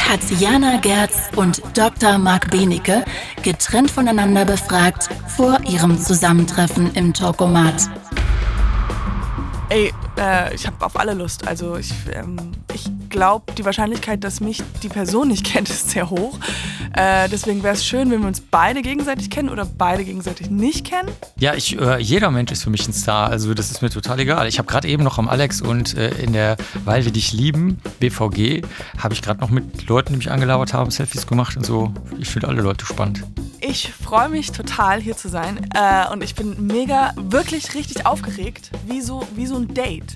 Katjana Gerz und Dr. Marc Benecke getrennt voneinander befragt vor ihrem Zusammentreffen im Talkomat. Ey, ich habe auf alle Lust. Also ich glaube, die Wahrscheinlichkeit, dass mich die Person nicht kennt, ist sehr hoch. Deswegen wäre es schön, wenn wir uns beide gegenseitig kennen oder beide gegenseitig nicht kennen. Ja, jeder Mensch ist für mich ein Star. Also das ist mir total egal. Ich habe gerade eben noch am Alex und in der Weil wir dich lieben, BVG, habe ich gerade noch mit Leuten, die mich angelabert haben, Selfies gemacht und so. Ich finde alle Leute spannend. Ich freue mich total, hier zu sein. Und ich bin wirklich richtig aufgeregt, wie so ein Date.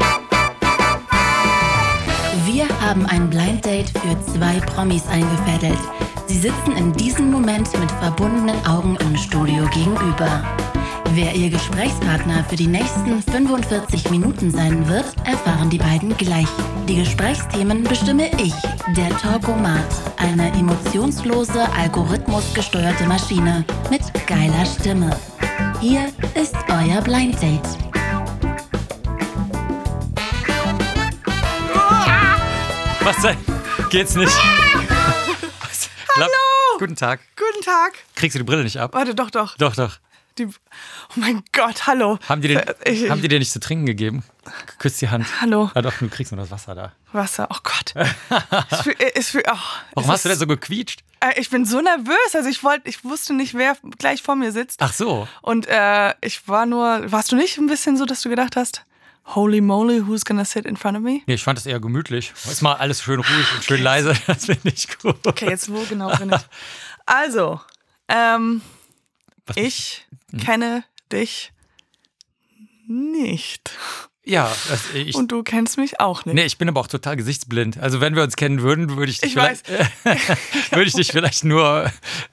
Wir haben ein Blind Date für 2 Promis eingefädelt. Sie sitzen in diesem Moment mit verbundenen Augen im Studio gegenüber. Wer ihr Gesprächspartner für die nächsten 45 Minuten sein wird, erfahren die beiden gleich. Die Gesprächsthemen bestimme ich, der Talkomat, eine emotionslose, algorithmusgesteuerte Maschine mit geiler Stimme. Hier ist euer Blind Date. Was denn? Geht's nicht? Hallo! Guten Tag. Guten Tag. Kriegst du die Brille nicht ab? Warte, doch. Doch. Oh mein Gott, hallo. Haben die dir nicht zu trinken gegeben? Küsst die Hand. Hallo. Ja doch, du kriegst nur das Wasser da. Wasser, oh Gott. Warum hast du denn so gequietscht? Ich bin so nervös. Also ich wusste nicht, wer gleich vor mir sitzt. Ach so. Und warst du nicht ein bisschen so, dass du gedacht hast, holy moly, who's gonna sit in front of me? Nee, ich fand das eher gemütlich. Ist mal alles schön ruhig und schön leise. Das finde ich gut. Okay, jetzt wo genau bin ich? Also, ich kenne dich nicht. Ja. Und du kennst mich auch nicht. Nee, ich bin aber auch total gesichtsblind. Also wenn wir uns kennen würden, würde ich dich vielleicht nur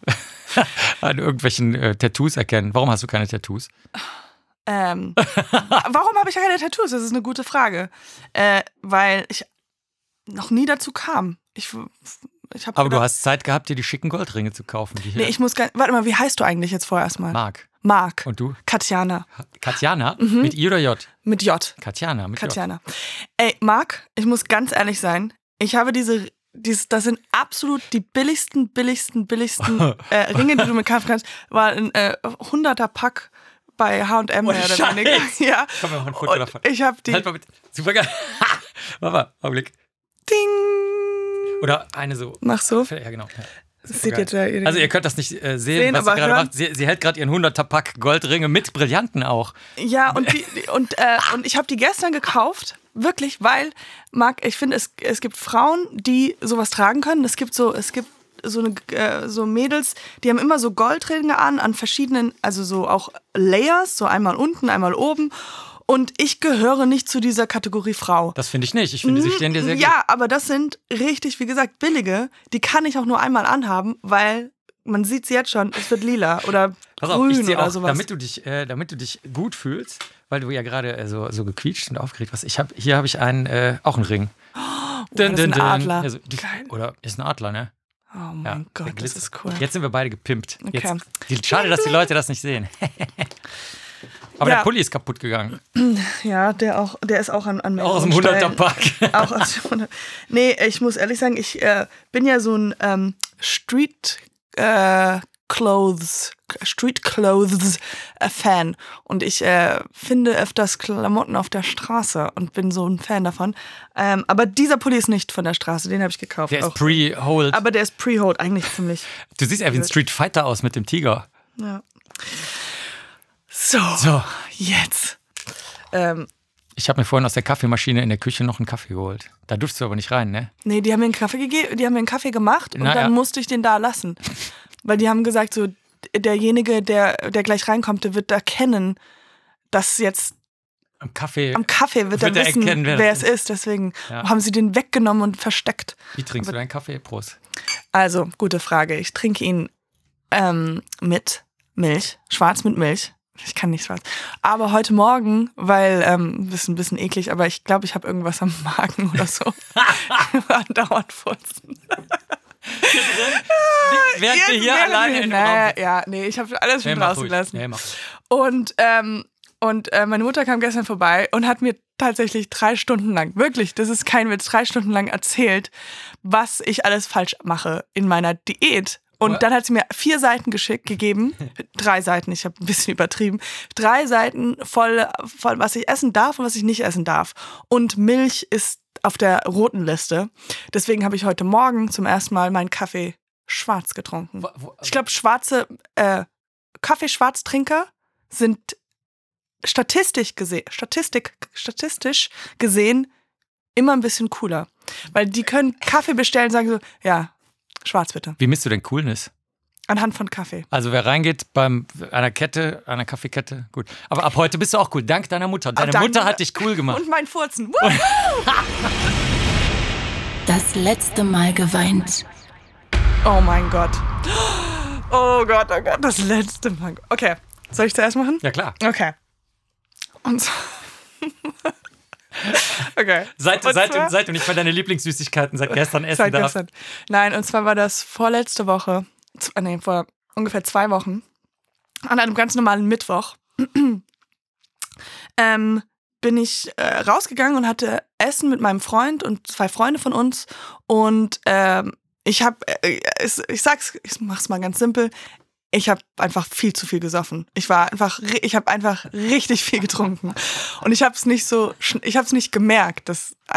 an irgendwelchen Tattoos erkennen. Warum hast du keine Tattoos? Warum habe ich keine Tattoos? Das ist eine gute Frage. Weil ich noch nie dazu kam. Aber du hast Zeit gehabt, dir die schicken Goldringe zu kaufen. Nee, warte mal, wie heißt du eigentlich jetzt vorher erstmal? Marc. Und du? Katjana. Katjana? Mhm. Mit I oder J? Mit J. Katjana, mit Katjana. Ey, Marc, ich muss ganz ehrlich sein, ich habe das sind absolut die billigsten Ringe, die du mir kaufen kannst. War ein 100er Pack bei H&M mehr oder weniger. Ja. Komm, wir machen ein Foto davon. Ich habe die... Halt mal mit. Super geil. Mach mal, Augenblick. Ding. Oder eine so. Mach so. Ja, genau. Ja. Das seht jetzt ja also ihr könnt das nicht sehen, was sie gerade macht. Sie hält gerade ihren 100er-Pack Goldringe mit Brillanten auch. Ja, und ich habe die gestern gekauft, wirklich, weil, Marc, ich finde, es gibt Frauen, die sowas tragen können. Es gibt so Mädels, die haben immer so Goldringe an verschiedenen, also so auch Layers, so einmal unten, einmal oben. Und ich gehöre nicht zu dieser Kategorie Frau. Das finde ich nicht. Ich finde, sie stehen dir sehr gut. Ja, aber das sind richtig, wie gesagt, billige. Die kann ich auch nur einmal anhaben, weil man sieht sie jetzt schon, es wird lila oder grün oder sowas. Damit du dich gut fühlst, weil du ja gerade so gequietscht und aufgeregt warst. Hier habe ich auch einen Ring. Das ist ein Adler. Also, oder ist ein Adler, ne? Oh mein Gott, das ist cool. Jetzt sind wir beide gepimpt. Okay. Schade, dass die Leute das nicht sehen. Aber der Pulli ist kaputt gegangen. Ja, der ist auch an mir. Auch aus dem 100er-Pack. Auch aus dem 100er. Nee, ich muss ehrlich sagen, ich bin ja so ein Street Clothes Fan. Und ich finde öfters Klamotten auf der Straße und bin so ein Fan davon. Aber dieser Pulli ist nicht von der Straße, den habe ich gekauft. Der ist pre-hold. Aber der ist pre-hold, eigentlich ziemlich. Du siehst eher wie ein Street Fighter aus mit dem Tiger. Ja. So, jetzt. Ich habe mir vorhin aus der Kaffeemaschine in der Küche noch einen Kaffee geholt. Da durftest du aber nicht rein, ne? Nee, die haben mir einen Kaffee gegeben, die haben mir einen Kaffee gemacht und dann musste ich den da lassen. Weil die haben gesagt, so, derjenige, der gleich reinkommt, der wird erkennen, dass jetzt am Kaffee wird er wissen, erkennen, wer es ist. Deswegen haben sie den weggenommen und versteckt. Wie trinkst du deinen Kaffee? Prost. Also, gute Frage. Ich trinke ihn mit Milch, schwarz mit Milch. Ich kann nicht schwarz. Aber heute Morgen, weil, ist ein bisschen eklig, aber ich glaube, ich habe irgendwas am Magen oder so. Ich war dauernd furzen. Während wir hier alleine in dem Raum. Ja, nee, ich habe alles schon draußen gelassen. Nee, Und meine Mutter kam gestern vorbei und hat mir tatsächlich 3 Stunden lang, wirklich, das ist kein Witz, 3 Stunden lang erzählt, was ich alles falsch mache in meiner Diät. Und dann hat sie mir 4 Seiten gegeben, 3 Seiten, ich habe ein bisschen übertrieben, 3 Seiten voll, was ich essen darf und was ich nicht essen darf. Und Milch ist auf der roten Liste. Deswegen habe ich heute Morgen zum ersten Mal meinen Kaffee schwarz getrunken. Ich glaube, Kaffee-Schwarztrinker sind statistisch gesehen immer ein bisschen cooler. Weil die können Kaffee bestellen und sagen so, ja, schwarz bitte. Wie misst du denn Coolness? Anhand von Kaffee. Also wer reingeht einer Kaffeekette, gut. Aber ab heute bist du auch cool, dank deiner Mutter. Deine Mutter hat dich cool gemacht. Und mein Furzen. Das letzte Mal geweint. Oh mein Gott. Oh Gott, das letzte Mal. Okay, soll ich zuerst machen? Ja, klar. Okay. Und so. Okay. Seit du nicht mal deine Lieblingssüßigkeiten seit gestern essen darfst. Nein, und zwar war das vorletzte Woche, vor ungefähr 2 Wochen, an einem ganz normalen Mittwoch, bin ich rausgegangen und hatte Essen mit meinem Freund und 2 Freunde von uns. Und ich mach's mal ganz simpel. Ich habe einfach viel zu viel gesoffen. Ich habe einfach richtig viel getrunken. Und ich habe es nicht gemerkt.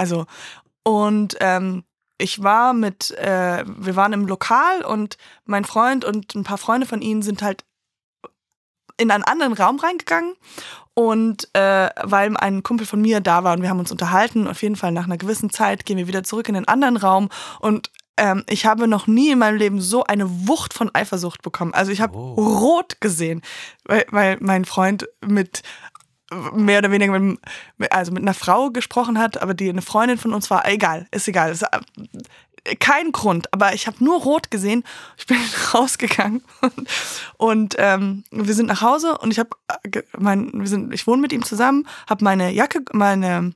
Ich war wir waren im Lokal und mein Freund und ein paar Freunde von ihnen sind halt in einen anderen Raum reingegangen. Und weil ein Kumpel von mir da war und wir haben uns unterhalten, auf jeden Fall nach einer gewissen Zeit gehen wir wieder zurück in den anderen Raum und ich habe noch nie in meinem Leben so eine Wucht von Eifersucht bekommen. Also ich habe rot gesehen, weil mein Freund mit mehr oder weniger mit einer Frau gesprochen hat, aber die eine Freundin von uns war. Ist egal. Kein Grund, aber ich habe nur rot gesehen. Ich bin rausgegangen und wir sind nach Hause und ich wohne mit ihm zusammen, habe meine Jacke, meine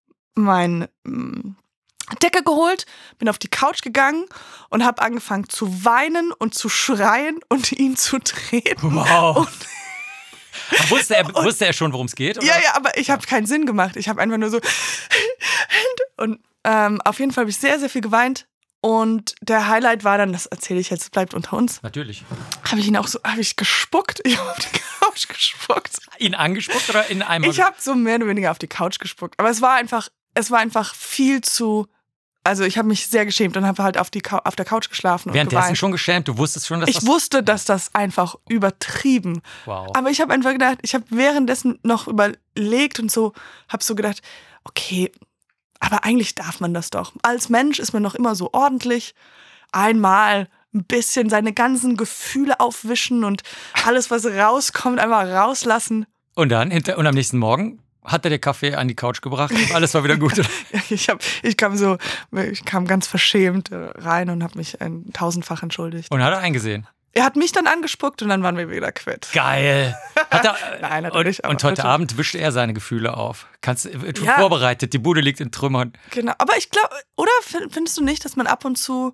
Decke geholt, bin auf die Couch gegangen und habe angefangen zu weinen und zu schreien und ihn zu treten. Wow. Wusste er schon, worum es geht? Oder? Ja, aber ich habe keinen Sinn gemacht. Ich habe einfach nur so und auf jeden Fall habe ich sehr, sehr viel geweint. Und der Highlight war dann, das erzähle ich jetzt, bleibt unter uns. Natürlich. Habe ich gespuckt? Ich habe auf die Couch gespuckt. Ihn angespuckt oder in einem? Ich habe so mehr oder weniger auf die Couch gespuckt. Aber es war einfach viel zu. Also ich habe mich sehr geschämt und habe halt auf der Couch geschlafen und geweint. Währenddessen schon geschämt? Du wusstest schon, dass ich wusste, dass das einfach übertrieben. Wow. Aber ich habe einfach gedacht, ich habe währenddessen noch überlegt und so, habe so gedacht, okay, aber eigentlich darf man das doch. Als Mensch ist man doch immer so ordentlich. Einmal ein bisschen seine ganzen Gefühle aufwischen und alles, was rauskommt, einfach rauslassen. Und dann, am nächsten Morgen hat er dir Kaffee an die Couch gebracht und alles war wieder gut. Ich kam ganz verschämt rein und habe mich 1000-fach entschuldigt. Und hat er eingesehen? Er hat mich dann angespuckt und dann waren wir wieder quitt. Geil. Nein, natürlich. Und heute Abend wischt er seine Gefühle auf. Vorbereitet, die Bude liegt in Trümmern. Genau, aber ich glaube, oder findest du nicht, dass man ab und zu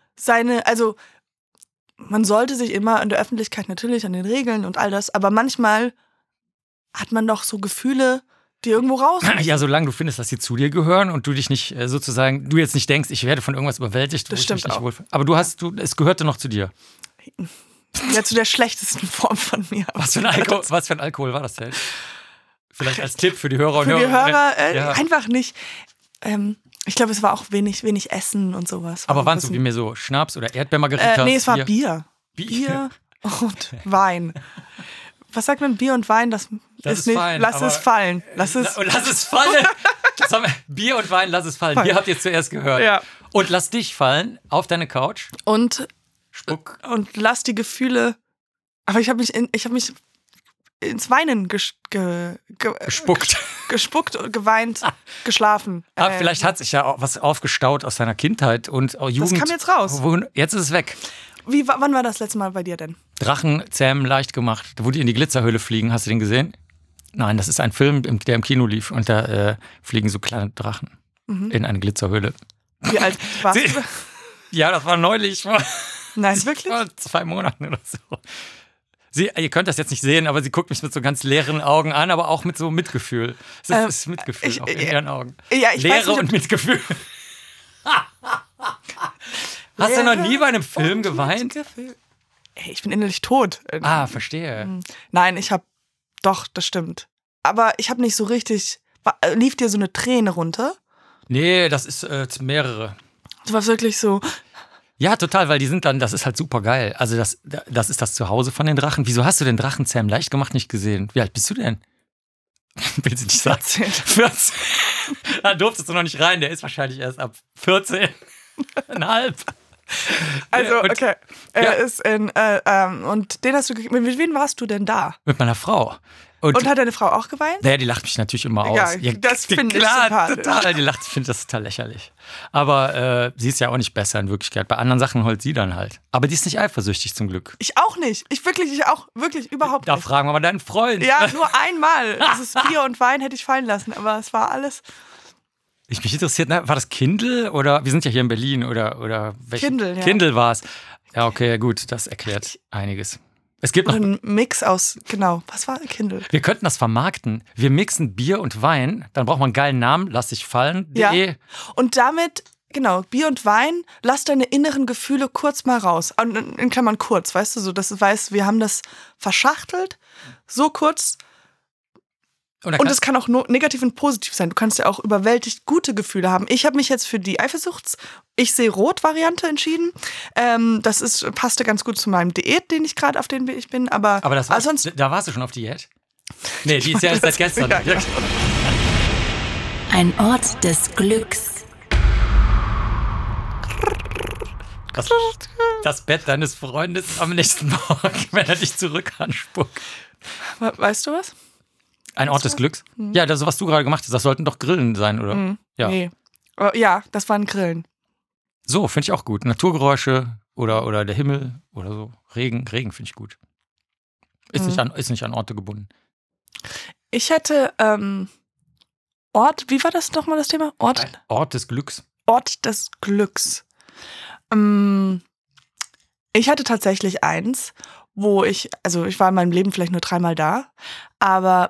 man sollte sich immer in der Öffentlichkeit natürlich an den Regeln und all das, aber manchmal hat man doch so Gefühle, die irgendwo raus müssen. Ja, solange du findest, dass sie zu dir gehören und du dich nicht du jetzt nicht denkst, ich werde von irgendwas überwältigt. Das stimmt auch. Aber es gehörte noch zu dir. Ja, zu der schlechtesten Form von mir. Was für ein Alkohol war das denn? Vielleicht als Tipp für die Hörer und Hörer. Für die Hörer ja. Einfach nicht. Ich glaube, es war auch wenig Essen und sowas. Aber waren es so wie mir so Schnaps oder Erdbeermargaritas? Nee, es war Bier. Bier und Wein. Was sagt man? Bier und Wein? Das ist nicht. Fein, lass es fallen. Lass es fallen. Bier und Wein, lass es fallen. Bier habt ihr zuerst gehört. Ja. Und lass dich fallen auf deine Couch. Und Spuck. Und lass die Gefühle. Aber ich habe mich ins Weinen gespuckt und geweint, geschlafen. Vielleicht hat sich ja auch was aufgestaut aus deiner Kindheit und Jugend. Das kam jetzt raus. Jetzt ist es weg. Wann war das letzte Mal bei dir denn? Drachen zähmen leicht gemacht. Wo die in die Glitzerhöhle fliegen. Hast du den gesehen? Nein, das ist ein Film, der im Kino lief. Und da fliegen so kleine Drachen in eine Glitzerhöhle. Wie alt warst du? Ja, das war neulich. Nein, wirklich? Vor 2 Monaten oder so. Ihr könnt das jetzt nicht sehen, aber sie guckt mich mit so ganz leeren Augen an, aber auch mit so Mitgefühl. Es ist Mitgefühl auch in ihren Augen. Ja, ich Leere weiß nicht, und Mitgefühl. Hast du noch nie bei einem Film geweint? Ey, ich bin innerlich tot. Verstehe. Nein, doch, das stimmt. Aber ich habe nicht so richtig, lief dir so eine Träne runter? Nee, das ist mehrere. Du warst wirklich so... Ja, total, weil die sind dann, das ist halt super geil. Also das ist das Zuhause von den Drachen. Wieso hast du den Drachenzähm leicht gemacht nicht gesehen? Wie alt bist du denn? Will sie nicht sagen. 14. Da durftest du noch nicht rein, der ist wahrscheinlich erst ab 14,5. Also, okay. Er ist und den hast du mit wem warst du denn da? Mit meiner Frau. Und hat deine Frau auch geweint? Naja, die lacht mich natürlich immer aus. Ja, das finde ich sympathisch. Total, die lacht, ich finde das total lächerlich. Aber sie ist ja auch nicht besser in Wirklichkeit. Bei anderen Sachen heult sie dann halt. Aber die ist nicht eifersüchtig zum Glück. Ich auch nicht. Ich auch wirklich überhaupt nicht. Da fragen wir mal deinen Freund. Ja, nur einmal. Das ist Bier und Wein hätte ich fallen lassen, aber es war alles... Mich interessiert, war das Kindle oder, wir sind ja hier in Berlin oder welche? Kindle, ja. Kindle war es. Ja, okay, gut, das erklärt einiges. Es gibt noch einen Mix aus, genau, was war Kindle? Wir könnten das vermarkten. Wir mixen Bier und Wein, dann braucht man einen geilen Namen, lass dich fallen. Ja. Und damit, genau, Bier und Wein, lass deine inneren Gefühle kurz mal raus. In Klammern kurz, weißt du, so, dass du weißt, wir haben das verschachtelt, so kurz. Und es kann auch nur negativ und positiv sein. Du kannst ja auch überwältigt gute Gefühle haben. Ich habe mich jetzt für die Ich-sehe-rot-Variante entschieden. Das passte ganz gut zu meinem Diät, den ich gerade auf den ich bin. Aber das war, sonst, da warst du schon auf Diät? Nee, die ist ja erst seit gestern. Ja, genau. Ein Ort des Glücks. Das Bett deines Freundes am nächsten Morgen, wenn er dich zurück anspuckt. Weißt du was? Ein Ort des Glücks? Ja, das, was du gerade gemacht hast, das sollten doch Grillen sein, oder? Ja. Nee. Ja, das waren Grillen. So, finde ich auch gut. Naturgeräusche oder der Himmel oder so. Regen finde ich gut. Ist nicht an Orte gebunden. Ich hätte Ort, wie war das nochmal das Thema? Ort des Glücks. Ort des Glücks. Ich hatte tatsächlich eins, wo ich war in meinem Leben vielleicht nur 3-mal da, aber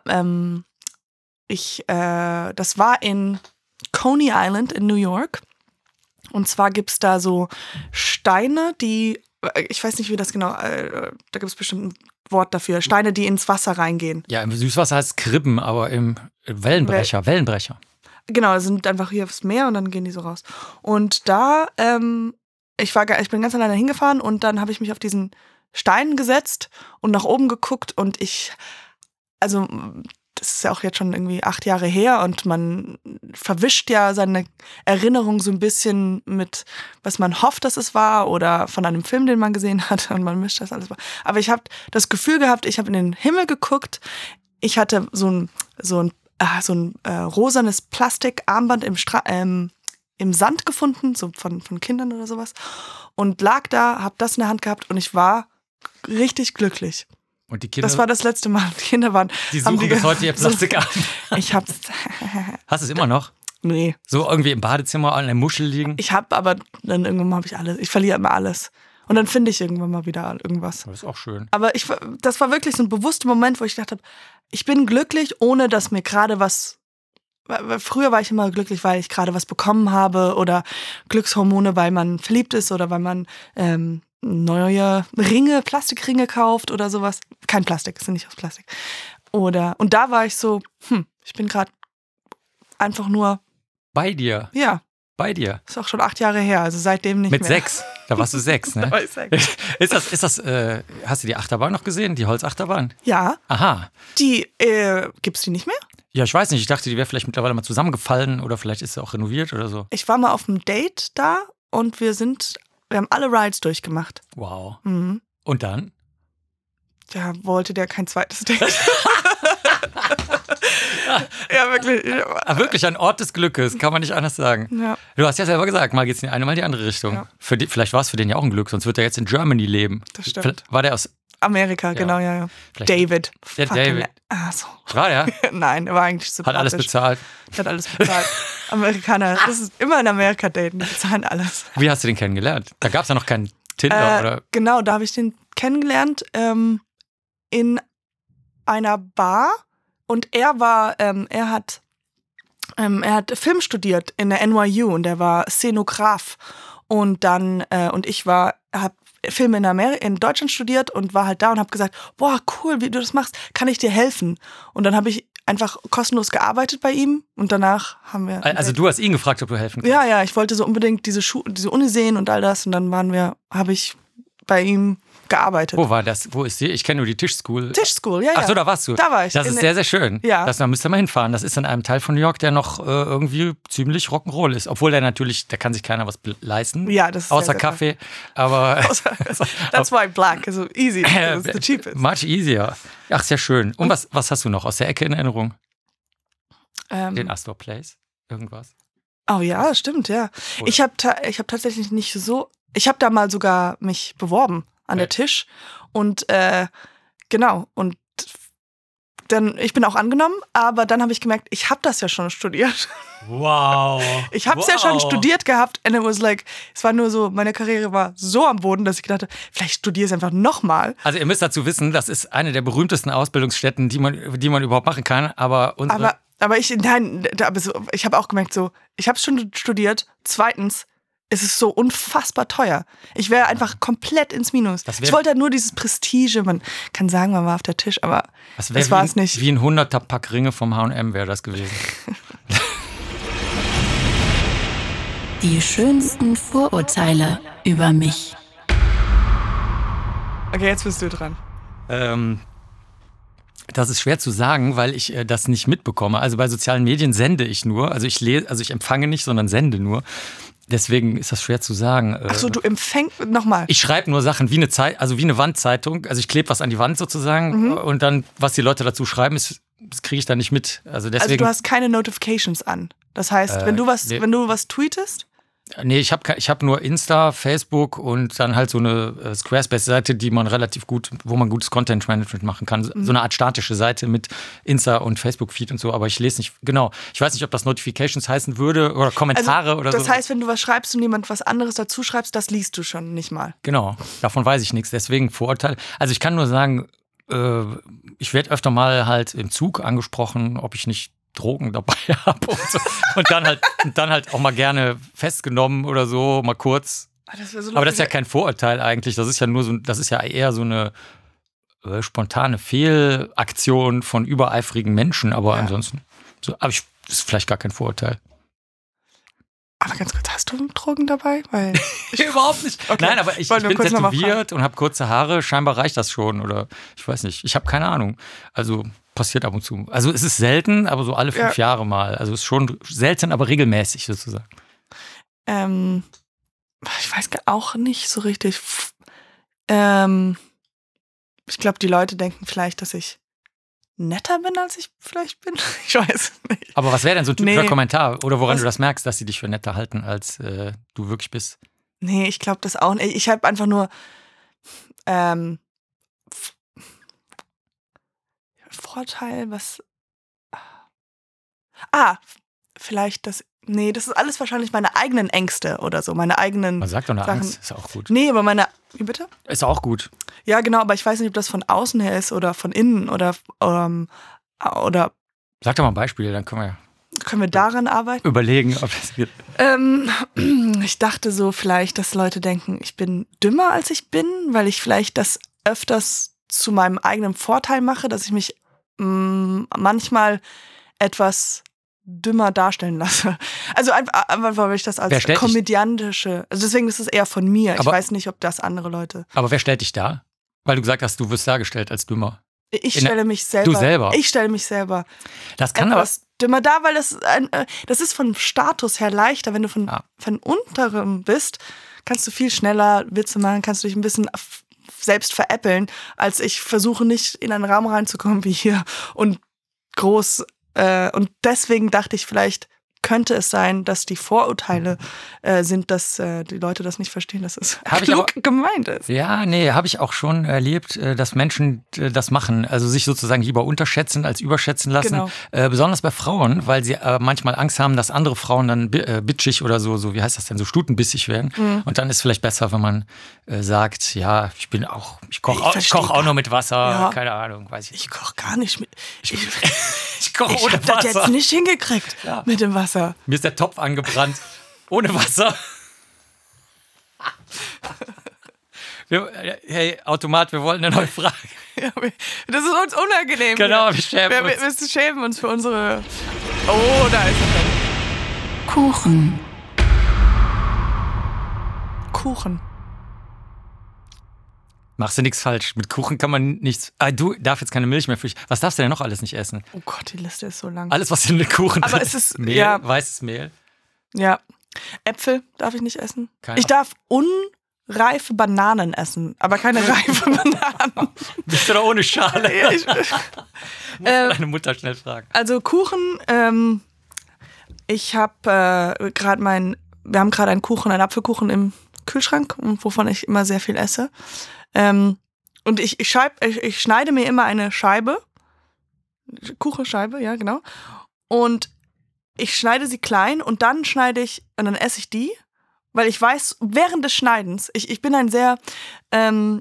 das war in Coney Island in New York. Und zwar gibt es da so Steine, die, ich weiß nicht, wie das genau, da gibt es bestimmt ein Wort dafür, Steine, die ins Wasser reingehen. Ja, im Süßwasser heißt es Kribben, aber im Wellenbrecher. Genau, das sind einfach hier aufs Meer und dann gehen die so raus. Und da, ich bin ganz alleine hingefahren und dann habe ich mich auf diesen Stein gesetzt und nach oben geguckt und das ist ja auch jetzt schon irgendwie 8 Jahre her und man verwischt ja seine Erinnerung so ein bisschen mit, was man hofft, dass es war oder von einem Film, den man gesehen hat und man mischt das alles. Aber ich habe das Gefühl gehabt, ich habe in den Himmel geguckt, ich hatte so ein rosanes Plastikarmband im Sand gefunden, so von Kindern oder sowas und lag da, habe das in der Hand gehabt und ich war richtig glücklich. Und die Kinder, das war das letzte Mal. Die Kinder waren. Die suchen bis heute ihr Plastikarm. Ich hab's. Hast du es immer noch? Nee. So irgendwie im Badezimmer an der Muschel liegen? Ich habe, aber dann irgendwann mal habe ich alles. Ich verliere immer alles. Und dann finde ich irgendwann mal wieder irgendwas. Das ist auch schön. Aber das war wirklich so ein bewusster Moment, wo ich dachte, ich bin glücklich, ohne dass mir gerade was. Früher war ich immer glücklich, weil ich gerade was bekommen habe oder Glückshormone, weil man verliebt ist oder weil man neue Ringe, Plastikringe kauft oder sowas. Kein Plastik, ist ja nicht aus Plastik. Und da war ich so, ich bin gerade einfach nur bei dir. Ja. Bei dir. Ist auch schon 8 Jahre her, also seitdem nicht mehr. Mit 6. Da warst du 6, ne? Da war ich 6. Ist das, hast du die Achterbahn noch gesehen, die Holzachterbahn? Ja. Aha. Gibt's die nicht mehr? Ja, ich weiß nicht. Ich dachte, die wäre vielleicht mittlerweile mal zusammengefallen oder vielleicht ist sie auch renoviert oder so. Ich war mal auf einem Date da und wir haben alle Rides durchgemacht. Wow. Mhm. Und dann? Ja, wollte der kein zweites Date. Ja, wirklich. Wirklich ein Ort des Glückes, kann man nicht anders sagen. Ja. Du hast ja selber gesagt, mal geht's in die eine, mal in die andere Richtung. Ja. Vielleicht war es für den ja auch ein Glück, sonst wird er jetzt in Germany leben. Das stimmt. War der aus Amerika, genau, ja. David. Der David. So. War der? Nein, er war eigentlich sympathisch. Hat alles bezahlt. Hat alles bezahlt. Amerikaner, das ist immer in Amerika daten, die bezahlen alles. Wie hast du den kennengelernt? Da gab es ja noch keinen Tinder, oder? Genau, da habe ich den kennengelernt. in einer Bar und er hat Film studiert in der NYU und er war Szenograf und ich habe Film in Deutschland studiert und war halt da und habe gesagt, boah, cool, wie du das machst, kann ich dir helfen? Und dann habe ich einfach kostenlos gearbeitet bei ihm und danach haben wir... Also du hast ihn gefragt, ob du helfen kannst? Ja, ich wollte so unbedingt diese Uni sehen und all das und dann habe ich bei ihm gearbeitet. Wo war das? Wo ist sie? Ich kenne nur die Tischschool. Tischschool, ja. Ach so, da warst du. Da war ich. Das ist sehr, sehr schön. Ja. Da müsst ihr mal hinfahren. Das ist in einem Teil von New York, der noch irgendwie ziemlich Rock'n'Roll ist. Obwohl da kann sich keiner was leisten. Ja, das ist außer sehr, sehr Kaffee. Aber that's why black is so easy. It's the cheapest. Much easier. Ach, sehr schön. Und was hast du noch aus der Ecke in Erinnerung? Den Astor Place? Irgendwas? Oh ja, stimmt, ja. Oder? Ich hab tatsächlich nicht so... Ich habe da mal sogar mich beworben an der Tisch und genau, und dann, ich bin auch angenommen, aber dann habe ich gemerkt, ich habe das ja schon studiert. Wow. Ich habe es ja schon studiert gehabt and it was like, es war nur so, meine Karriere war so am Boden, dass ich gedacht habe, vielleicht studiere ich es einfach nochmal. Also ihr müsst dazu wissen, das ist eine der berühmtesten Ausbildungsstätten, die man überhaupt machen kann, aber ich habe auch gemerkt so, ich habe es schon studiert, zweitens, es ist so unfassbar teuer. Ich wäre einfach komplett ins Minus. Ich wollte halt nur dieses Prestige. Man kann sagen, man war auf der Tisch, aber das war es nicht. Wie ein 100er Pack Ringe vom H&M wäre das gewesen. Die schönsten Vorurteile über mich. Okay, jetzt bist du dran. Das ist schwer zu sagen, weil ich das nicht mitbekomme. Also bei sozialen Medien sende ich nur. Also ich empfange nicht, sondern sende nur. Deswegen ist das schwer zu sagen. Achso, du empfängst nochmal. Ich schreibe nur Sachen wie eine Wandzeitung. Also ich klebe was an die Wand sozusagen und dann, was die Leute dazu schreiben, das kriege ich dann nicht mit. Also deswegen. Also du hast keine Notifications an. Das heißt, wenn du was tweetest? Nee, ich hab nur Insta, Facebook und dann halt so eine Squarespace-Seite, wo man gutes Content-Management machen kann. So eine Art statische Seite mit Insta und Facebook-Feed und so, aber ich lese nicht, genau. Ich weiß nicht, ob das Notifications heißen würde oder Kommentare oder so. Das heißt, wenn du was schreibst und jemand was anderes dazu schreibst, das liest du schon nicht mal. Genau, davon weiß ich nichts, deswegen Vorurteile. Also ich kann nur sagen, ich werde öfter mal halt im Zug angesprochen, ob ich nicht Drogen dabei habe und so. Und dann halt auch mal gerne festgenommen oder so, mal kurz. Aber das ist ja kein Vorurteil eigentlich. Das ist ja eher so eine spontane Fehlaktion von übereifrigen Menschen. Aber ansonsten, das ist vielleicht gar kein Vorurteil. Aber ganz kurz, hast du Drogen dabei? Weil überhaupt nicht. Okay. Nein, aber ich bin tätowiert und habe kurze Haare. Scheinbar reicht das schon. Oder ich weiß nicht. Ich habe keine Ahnung. Also passiert ab und zu. Also es ist selten, aber so alle 5 Jahre mal. Also es ist schon selten, aber regelmäßig sozusagen. Ich weiß auch nicht so richtig. Ich glaube, die Leute denken vielleicht, dass ich netter bin, als ich vielleicht bin. Ich weiß nicht. Aber was wäre denn so ein typischer Kommentar? Oder woran du das merkst, dass sie dich für netter halten, als du wirklich bist? Nee, ich glaube das auch nicht. Ich habe einfach nur Vorteil, was... vielleicht das... Nee, das ist alles wahrscheinlich meine eigenen Ängste oder so, meine eigenen... Man sagt doch eine Sachen. Angst, ist auch gut. Nee, aber meine... Wie bitte? Ist auch gut. Ja, genau, aber ich weiß nicht, ob das von außen her ist oder von innen oder... Sag doch mal ein Beispiel, dann können wir daran arbeiten? Überlegen, ob das wird. Ich dachte so vielleicht, dass Leute denken, ich bin dümmer, als ich bin, weil ich vielleicht das öfters zu meinem eigenen Vorteil mache, dass ich mich manchmal etwas dümmer darstellen lasse. Also einfach, weil ich das als komödiantische, also deswegen ist es eher von mir. Ich weiß nicht, ob das andere Leute. Aber wer stellt dich dar? Weil du gesagt hast, du wirst dargestellt als dümmer. Ich stelle mich selber. Du selber? Ich stelle mich selber. Das kann etwas dümmer dar, weil das ist vom Status her leichter. Wenn du von unterem bist, kannst du viel schneller Witze machen, kannst du dich ein bisschen selbst veräppeln, als ich versuche nicht in einen Raum reinzukommen wie hier und groß. Und deswegen dachte ich, vielleicht könnte es sein, dass die Vorurteile sind, dass die Leute das nicht verstehen, dass es klug gemeint ist. Ja, nee, habe ich auch schon erlebt, dass Menschen das machen, also sich sozusagen lieber unterschätzen als überschätzen lassen. Genau. Besonders bei Frauen, weil sie manchmal Angst haben, dass andere Frauen dann bitchig oder so, wie heißt das denn, so stutenbissig werden. Und dann ist es vielleicht besser, wenn man sagt, ja, ich koche auch nur mit Wasser, keine Ahnung, weiß ich nicht. Ich koche gar nicht mit. Ich koche ohne Wasser. Ich habe das jetzt nicht hingekriegt mit dem Wasser. Mir ist der Topf angebrannt. Ohne Wasser. Hey, Automat, wir wollten eine neue Frage. Ja, das ist uns unangenehm. Genau, wir schämen uns. Wir schämen uns für unsere... Oh, da ist es. Kuchen. Machst du nichts falsch. Mit Kuchen kann man nichts... du darfst jetzt keine Milch mehr für dich. Was darfst du denn noch alles nicht essen? Oh Gott, die Liste ist so lang. Alles, was in den Kuchen Aber drin es ist... Mehl, ja. weißes Mehl. Ja. Äpfel darf ich nicht essen. Ich darf unreife Bananen essen, aber keine reife Bananen. Bist du da ohne Schale? Ja, muss deine Mutter schnell fragen. Also Kuchen, ich habe wir haben gerade einen Apfelkuchen im Kühlschrank, wovon ich immer sehr viel esse. Und ich schneide mir immer eine Scheibe, Kuchenscheibe, ja genau. Und ich schneide sie klein und dann esse ich die, weil ich weiß, während des Schneidens, ich bin ein sehr, I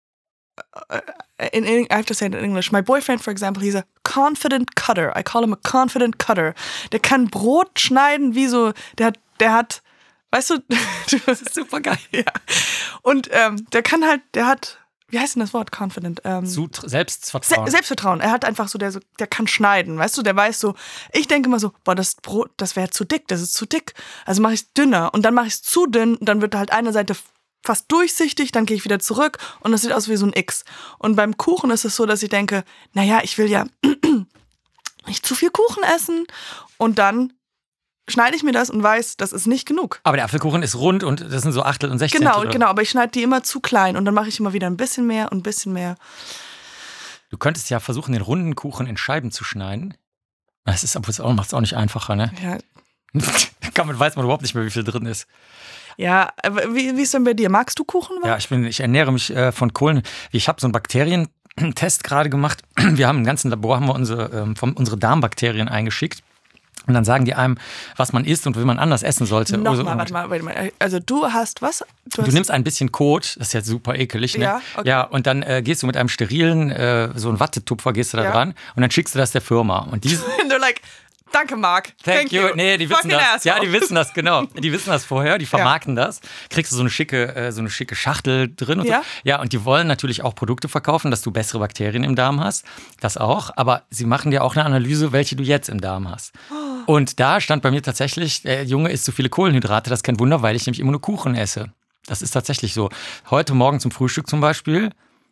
have to say it in English, my boyfriend, for example, he's a confident cutter. I call him a confident cutter. Der kann Brot schneiden wie so, der hat, weißt du, das ist super geil. Ja. Und der hat, wie heißt denn das Wort, confident? Selbstvertrauen. Selbstvertrauen. Er hat einfach so, der kann schneiden, weißt du, der weiß so, ich denke immer so, boah, das Brot, das wäre zu dick, das ist zu dick. Also mache ich es dünner und dann mache ich es zu dünn und dann wird halt eine Seite fast durchsichtig, dann gehe ich wieder zurück und das sieht aus wie so ein X. Und beim Kuchen ist es so, dass ich denke, naja, ich will ja nicht zu viel Kuchen essen und dann schneide ich mir das und weiß, das ist nicht genug. Aber der Apfelkuchen ist rund und das sind so Achtel und 16. Genau, aber ich schneide die immer zu klein und dann mache ich immer wieder ein bisschen mehr und ein bisschen mehr. Du könntest ja versuchen, den runden Kuchen in Scheiben zu schneiden. Das macht es auch nicht einfacher, ne? Ja. Weiß man überhaupt nicht mehr, wie viel drin ist. Ja, aber wie ist denn bei dir? Magst du Kuchen? Ja, ich ernähre mich von Kohlen. Ich habe so einen Bakterientest gerade gemacht. Wir haben im ganzen Labor unsere Darmbakterien eingeschickt. Und dann sagen die einem, was man isst und wie man anders essen sollte. Warte mal. Also du hast was? Du nimmst ein bisschen Kot, das ist jetzt super ekelig, ne? Ja, okay. Ja, und dann gehst du mit einem sterilen, so einen Wattetupfer gehst du da dran und dann schickst du das der Firma. Und die they're like, danke, Marc. Thank you. Nee, die wissen das. Ja, die wissen das, genau. Die wissen das vorher, die vermarkten das. Kriegst du so eine schicke Schachtel drin und so. Ja, und die wollen natürlich auch Produkte verkaufen, dass du bessere Bakterien im Darm hast. Das auch. Aber sie machen dir auch eine Analyse, welche du jetzt im Darm hast. Und da stand bei mir tatsächlich, der Junge isst zu viele Kohlenhydrate. Das ist kein Wunder, weil ich nämlich immer nur Kuchen esse. Das ist tatsächlich so. Heute Morgen zum Frühstück zum Beispiel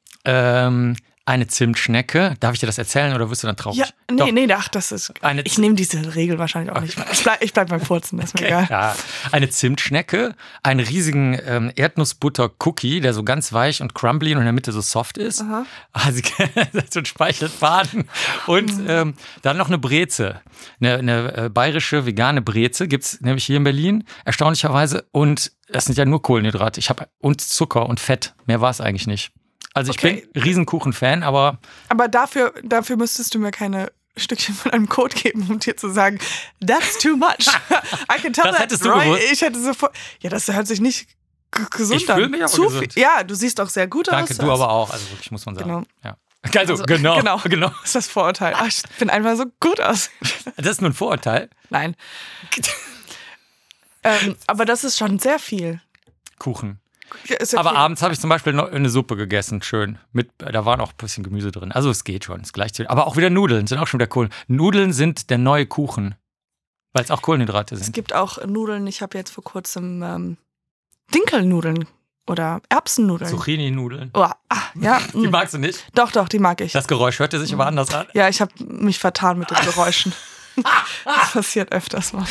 eine Zimtschnecke. Darf ich dir das erzählen oder wirst du dann traurig? Ja, nee, das ist... Ich nehme diese Regel wahrscheinlich auch nicht. Ich bleib beim Furzen, das ist mir egal. Ja. Eine Zimtschnecke, einen riesigen Erdnussbutter-Cookie, der so ganz weich und crumbly und in der Mitte so soft ist. Aha. Also so ein Speichelfaden. Und dann noch eine Breze. Eine bayerische vegane Breze gibt es nämlich hier in Berlin, erstaunlicherweise. Und das sind ja nur Kohlenhydrate. Und Zucker und Fett. Mehr war es eigentlich nicht. Also ich bin Riesenkuchen-Fan, aber... Aber dafür müsstest du mir keine Stückchen von einem Code geben, um dir zu sagen, that's too much. I can tell das hättest du gewusst. Ich hätte sofort... Ja, das hört sich nicht gesund an. Ich fühle mich aber gesund. Ja, du siehst auch sehr gut aus. Danke, du aber auch. Also wirklich, muss man sagen. Genau. Ja. Also, genau. Das ist das Vorurteil. Ach, ich bin einfach so gut aus. Das ist nur ein Vorurteil? Nein. Aber das ist schon sehr viel. Kuchen. Ja, aber abends habe ich zum Beispiel noch eine Suppe gegessen, schön. Da war noch ein bisschen Gemüse drin. Also es geht schon, ist gleich. Aber auch wieder Nudeln, sind auch schon wieder Kohlen. Nudeln sind der neue Kuchen, weil es auch Kohlenhydrate sind. Es gibt auch Nudeln, ich habe jetzt vor kurzem Dinkelnudeln oder Erbsennudeln. Zucchini-Nudeln. Oh, ja. Die magst du nicht? Doch, die mag ich. Das Geräusch hörte sich aber anders an. Ja, ich habe mich vertan mit den Geräuschen. Das passiert öfters mal.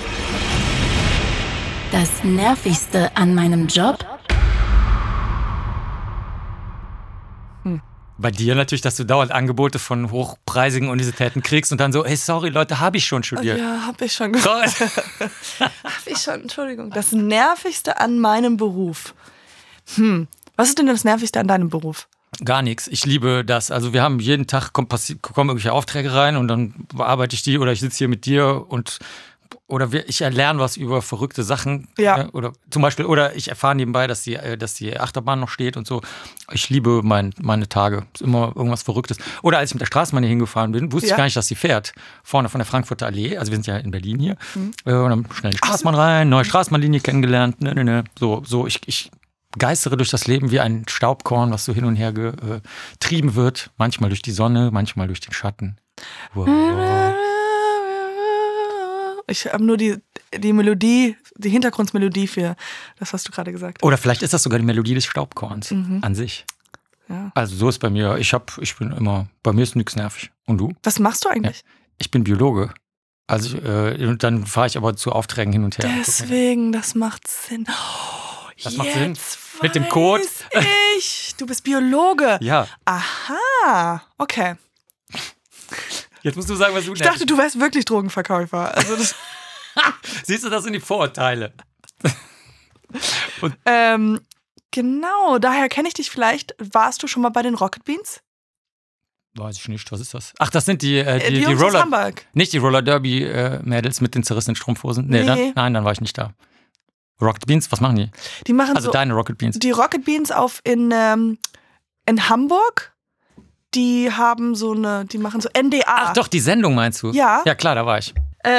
Das Nervigste an meinem Job? Bei dir natürlich, dass du dauernd Angebote von hochpreisigen Universitäten kriegst und dann so, hey, sorry Leute, habe ich schon studiert. Ja, habe ich schon. Habe ich schon, Entschuldigung. Das Nervigste an meinem Beruf. Was ist denn das Nervigste an deinem Beruf? Gar nichts. Ich liebe das. Also wir haben jeden Tag kommen irgendwelche Aufträge rein und dann bearbeite ich die oder ich sitze hier mit dir ich lerne was über verrückte Sachen. Ja. Oder zum Beispiel, oder ich erfahre nebenbei, dass die Achterbahn noch steht und so. Ich liebe meine Tage. Ist immer irgendwas Verrücktes. Oder als ich mit der Straßenbahn hier hingefahren bin, wusste ich gar nicht, dass sie fährt. Vorne von der Frankfurter Allee. Also wir sind ja in Berlin hier. Und dann schnell in die Straßenbahn rein, neue Straßenbahnlinie kennengelernt. So, ich geistere durch das Leben wie ein Staubkorn, was so hin und her getrieben wird. Manchmal durch die Sonne, manchmal durch den Schatten. Wow. Ich habe nur die Melodie, die Hintergrundmelodie für das, was du gerade gesagt hast. Oder vielleicht ist das sogar die Melodie des Staubkorns an sich. Ja. Also so ist bei mir. Bei mir ist nichts nervig. Und du? Was machst du eigentlich? Ja. Ich bin Biologe. Also dann fahre ich aber zu Aufträgen hin und her. Deswegen, das macht Sinn. Das macht Sinn. Mit dem Code. Du bist Biologe. Ja. Aha. Okay. Jetzt musst du sagen, was du Ich dachte, du wärst wirklich Drogenverkäufer. Also das Siehst du, das sind die Vorurteile. Genau, daher kenne ich dich vielleicht. Warst du schon mal bei den Rocket Beans? Weiß ich nicht, was ist das? Ach, das sind die Jungs Roller. aus Hamburg. Nicht die Roller Derby Mädels mit den zerrissenen Strumpfhosen? Nee. Dann war ich nicht da. Rocket Beans, was machen die? Die machen also deine Rocket Beans. Die Rocket Beans in Hamburg. Die machen so NDA. Ach doch, die Sendung meinst du? Ja. Ja klar, da war ich.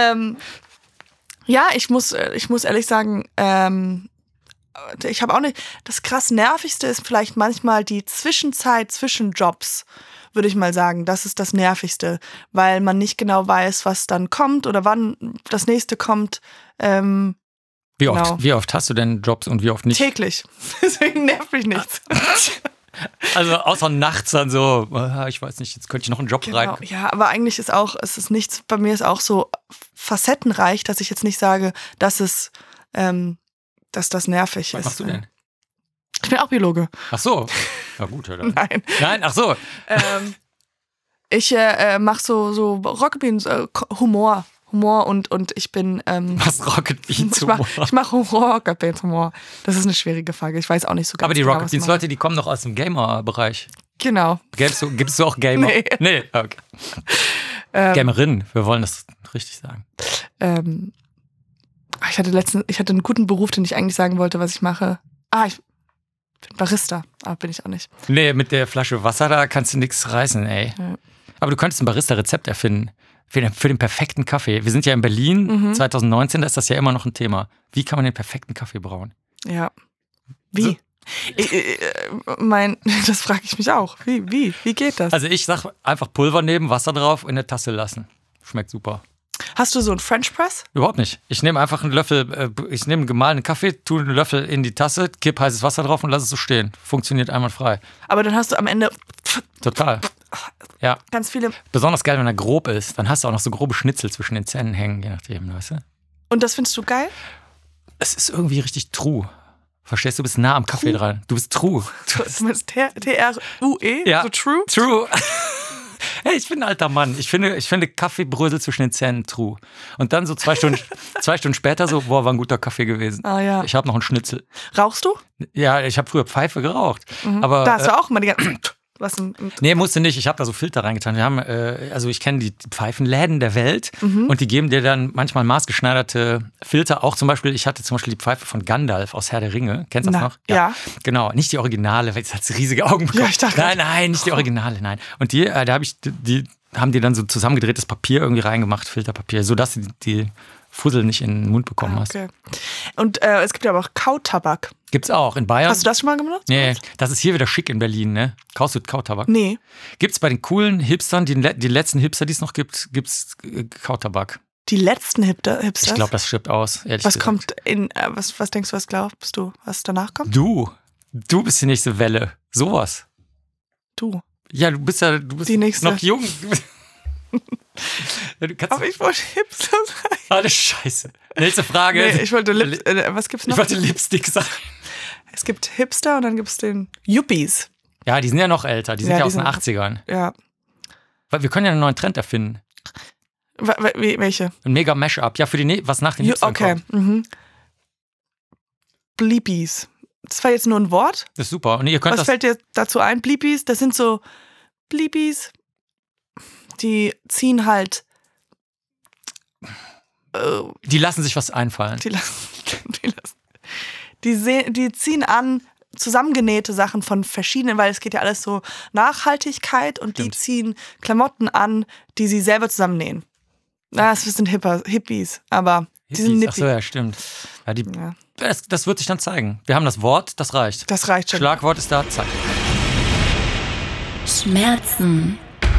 Ja, ich muss ehrlich sagen, ich habe auch nicht. Das krass Nervigste ist vielleicht manchmal die Zwischenzeit zwischen Jobs, würde ich mal sagen. Das ist das Nervigste, weil man nicht genau weiß, was dann kommt oder wann das nächste kommt. Wie oft hast du denn Jobs und wie oft nicht? Täglich. Deswegen nervt mich nichts. Also außer nachts dann so, ich weiß nicht, jetzt könnte ich noch einen Job rein. Ja, aber eigentlich ist es nichts, bei mir ist auch so facettenreich, dass ich jetzt nicht sage, dass das nervig ist. Was machst du denn? Ich bin auch Biologe. Ach so. Na gut, oder? Nein, ach so. Ich mache so Rocket Beans, Humor und ich bin Was Rocket Beans Humor? Ich mache Rocket Beans Humor. Das ist eine schwierige Frage. Ich weiß auch nicht so ganz Aber die genau, Rocket Beans Leute, die kommen doch aus dem Gamer-Bereich. Genau. Gibst du auch Gamer? Nee. Okay. Gamerin, wir wollen das richtig sagen. Ich hatte einen guten Beruf, den ich eigentlich sagen wollte, was ich mache. Ich bin Barista, aber bin ich auch nicht. Nee, mit der Flasche Wasser, da kannst du nichts reißen, ey. Ja. Aber du könntest ein Barista-Rezept erfinden. Für den perfekten Kaffee. Wir sind ja in Berlin, 2019, da ist das ja immer noch ein Thema. Wie kann man den perfekten Kaffee brauen? Ja. Wie? So. Das frage ich mich auch. Wie geht das? Also ich sag einfach Pulver nehmen, Wasser drauf und in der Tasse lassen. Schmeckt super. Hast du so einen French Press? Überhaupt nicht. Ich nehme einfach einen Löffel, ich nehme gemahlenen Kaffee, tue einen Löffel in die Tasse, kipp heißes Wasser drauf und lass es so stehen. Funktioniert einwandfrei. Aber dann hast du am Ende... Total. Ja. Ganz viele... Besonders geil, wenn er grob ist. Dann hast du auch noch so grobe Schnitzel zwischen den Zähnen hängen, je nachdem, weißt du? Und das findest du geil? Es ist irgendwie richtig true. Verstehst du? Du bist nah am Kaffee dran. Du bist true. Du bist T-R-U-E? Ja. So true? True. Hey, ich bin ein alter Mann. Ich finde Kaffeebrösel zwischen den Zähnen true. Und dann so 2 Stunden später so, war ein guter Kaffee gewesen. Ah ja. Ich habe noch einen Schnitzel. Rauchst du? Ja, ich habe früher Pfeife geraucht. Aber, da hast du auch immer die ganze... Nee, musste nicht. Ich habe da so Filter reingetan. Wir haben, ich kenne die Pfeifenläden der Welt und die geben dir dann manchmal maßgeschneiderte Filter. Auch zum Beispiel, ich hatte zum Beispiel die Pfeife von Gandalf aus Herr der Ringe. Kennst du das noch? Ja. Genau, nicht die Originale, weil jetzt hat sie riesige Augen bekommen. Ja, ich dachte, nein, nicht die Originale, nein. Und haben die dann so zusammengedrehtes Papier irgendwie reingemacht, Filterpapier, sodass du die Fussel nicht in den Mund bekommen hast. Okay. Und es gibt ja aber auch Kautabak. Gibt's auch in Bayern. Hast du das schon mal gemacht? Nee, das ist hier wieder schick in Berlin, ne? Kaufst du Kautabak? Nee. Gibt's bei den coolen Hipstern, die letzten Hipster, die es noch gibt, gibt's Kautabak. Die letzten Hipsters? Ich glaube, das stirbt aus, ehrlich was gesagt. Kommt was denkst du, was glaubst du, was danach kommt? Du bist die nächste Welle. Sowas. Du. Ja, du bist die nächste. Noch jung. Aber ich wollte Hipster sein. Alles scheiße. Nächste Frage. Nee, ich wollte was gibt's noch? Ich wollte Lipstick sagen. Es gibt Hipster und dann gibt es den Yuppies. Ja, die sind ja noch älter. Die sind ja aus den 80ern. Ja. Weil wir können ja einen neuen Trend erfinden. Welche? Ein mega Mashup. Ja, für was nach den Hipstern kommt. Okay. Bleepies. Das war jetzt nur ein Wort. Das ist super. Und ihr könnt Was fällt dir dazu ein? Bleepies, das sind so Bleepies, die ziehen halt. Die lassen sich was einfallen. Die ziehen an zusammengenähte Sachen von verschiedenen, weil es geht ja alles so Nachhaltigkeit und die ziehen Klamotten an, die sie selber zusammennähen. Das sind Hippies, aber die sind nippy. Achso, ja, stimmt. Ja, das wird sich dann zeigen. Wir haben das Wort, das reicht. Das reicht schon. Schlagwort ist da, zack. Schmerzen.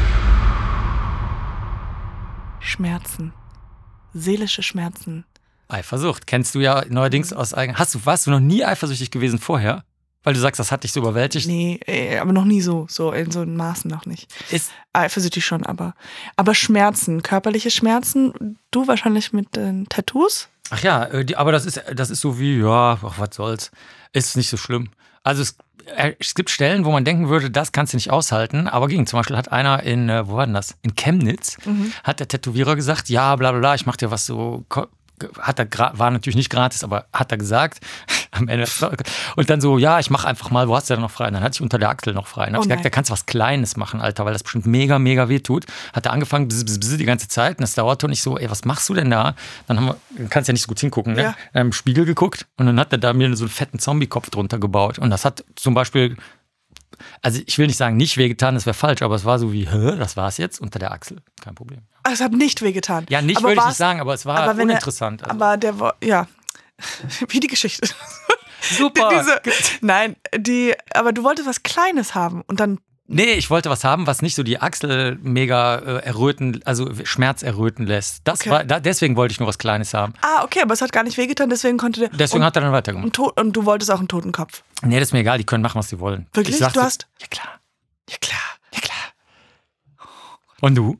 Seelische Schmerzen. Eifersucht. Kennst du ja neuerdings aus eigener. Warst du noch nie eifersüchtig gewesen vorher? Weil du sagst, das hat dich so überwältigt. Nee, aber noch nie so in so Maßen noch nicht. Eifersüchtig schon, aber Schmerzen, körperliche Schmerzen, du wahrscheinlich mit Tattoos? Ach ja, aber das ist so wie, ja, ach, was soll's. Ist nicht so schlimm. Also es gibt Stellen, wo man denken würde, das kannst du nicht aushalten, aber ging. Zum Beispiel hat einer wo war denn das? In Chemnitz, hat der Tätowierer gesagt, ja, bla bla bla, ich mach dir was so, war natürlich nicht gratis, aber hat er gesagt, am Ende. Und dann so, ja, ich mach einfach mal, wo hast du denn noch frei? Und dann hatte ich unter der Achsel noch frei. Und dann hab ich gesagt, da kannst du was Kleines machen, Alter, weil das bestimmt mega, mega weh tut. Hat er angefangen, die ganze Zeit und das dauerte und ich so, ey, was machst du denn da? Dann kannst du ja nicht so gut hingucken, ne? Ja. Im Spiegel geguckt und dann hat er da mir so einen fetten Zombie-Kopf drunter gebaut. Und das hat zum Beispiel, also ich will nicht sagen, nicht wehgetan, das wäre falsch, aber es war so wie, das war's jetzt, unter der Achsel. Kein Problem. Es hat nicht wehgetan. Ja, nicht würde ich nicht sagen, aber es war uninteressant. Aber der war, ja, wie die Geschichte. Super. Aber du wolltest was Kleines haben und dann. Nee, ich wollte was haben, was nicht so die Achsel mega Schmerz erröten lässt. Deswegen wollte ich nur was Kleines haben. Ah, okay, aber es hat gar nicht wehgetan, deswegen konnte der. Deswegen hat er dann weitergemacht. Und du wolltest auch einen toten Kopf. Nee, das ist mir egal, die können machen, was sie wollen. Wirklich? Du hast? Ja, klar. Ja, klar. Ja, klar. Und du?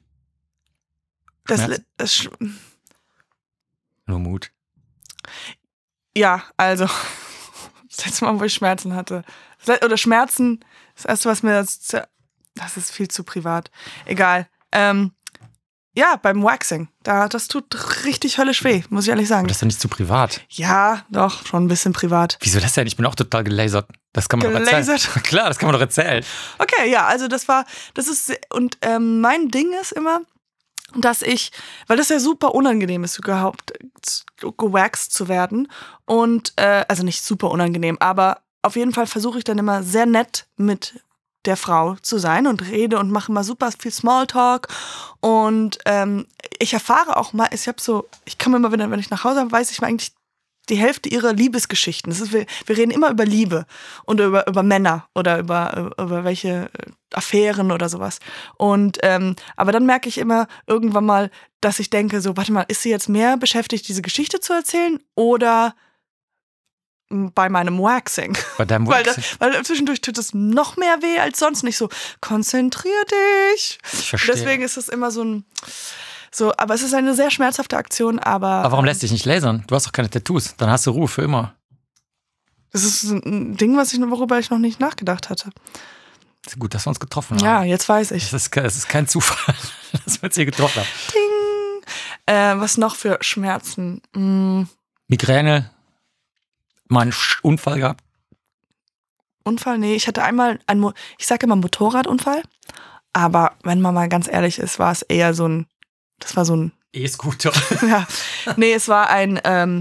Nur Mut. Ja, also. Das letzte Mal, wo ich Schmerzen hatte. Oder Schmerzen, das erste, was mir das ist viel zu privat. Egal. Ja, beim Waxing. Das tut richtig höllisch weh, muss ich ehrlich sagen. Aber das ist doch nicht zu privat. Ja, doch, schon ein bisschen privat. Wieso das denn? Ich bin auch total gelasert. Das kann man doch erzählen. Klar, das kann man doch erzählen. Okay, ja, also und mein Ding ist immer, dass weil das ja super unangenehm ist, überhaupt gewaxt zu werden. Und, also nicht super unangenehm, aber auf jeden Fall versuche ich dann immer sehr nett mit der Frau zu sein und rede und mache immer super viel Smalltalk. Und ich erfahre auch mal, ich komme immer, wenn ich nach Hause habe, weiß ich mal eigentlich die Hälfte ihrer Liebesgeschichten. Wir reden immer über Liebe und über Männer oder über welche Affären oder sowas. Und aber dann merke ich immer irgendwann mal, dass ich denke, so, warte mal, ist sie jetzt mehr beschäftigt, diese Geschichte zu erzählen oder bei meinem Waxing? Bei deinem Waxing? Weil zwischendurch tut es noch mehr weh als sonst. Nicht so, konzentrier dich. Ich verstehe. Deswegen ist es immer aber es ist eine sehr schmerzhafte Aktion, Aber warum lässt dich nicht lasern? Du hast doch keine Tattoos. Dann hast du Ruhe für immer. Das ist ein Ding, worüber ich noch nicht nachgedacht hatte. Ist gut, dass wir uns getroffen haben. Ja, jetzt weiß ich. Es ist kein Zufall, dass wir uns hier getroffen haben. Ding! Was noch für Schmerzen? Migräne. Mal einen Unfall gehabt. Unfall? Nee, ich hatte einmal ich sage immer Motorradunfall. Aber wenn man mal ganz ehrlich ist, war es eher so ein E-Scooter. Ja. Nee, es war eine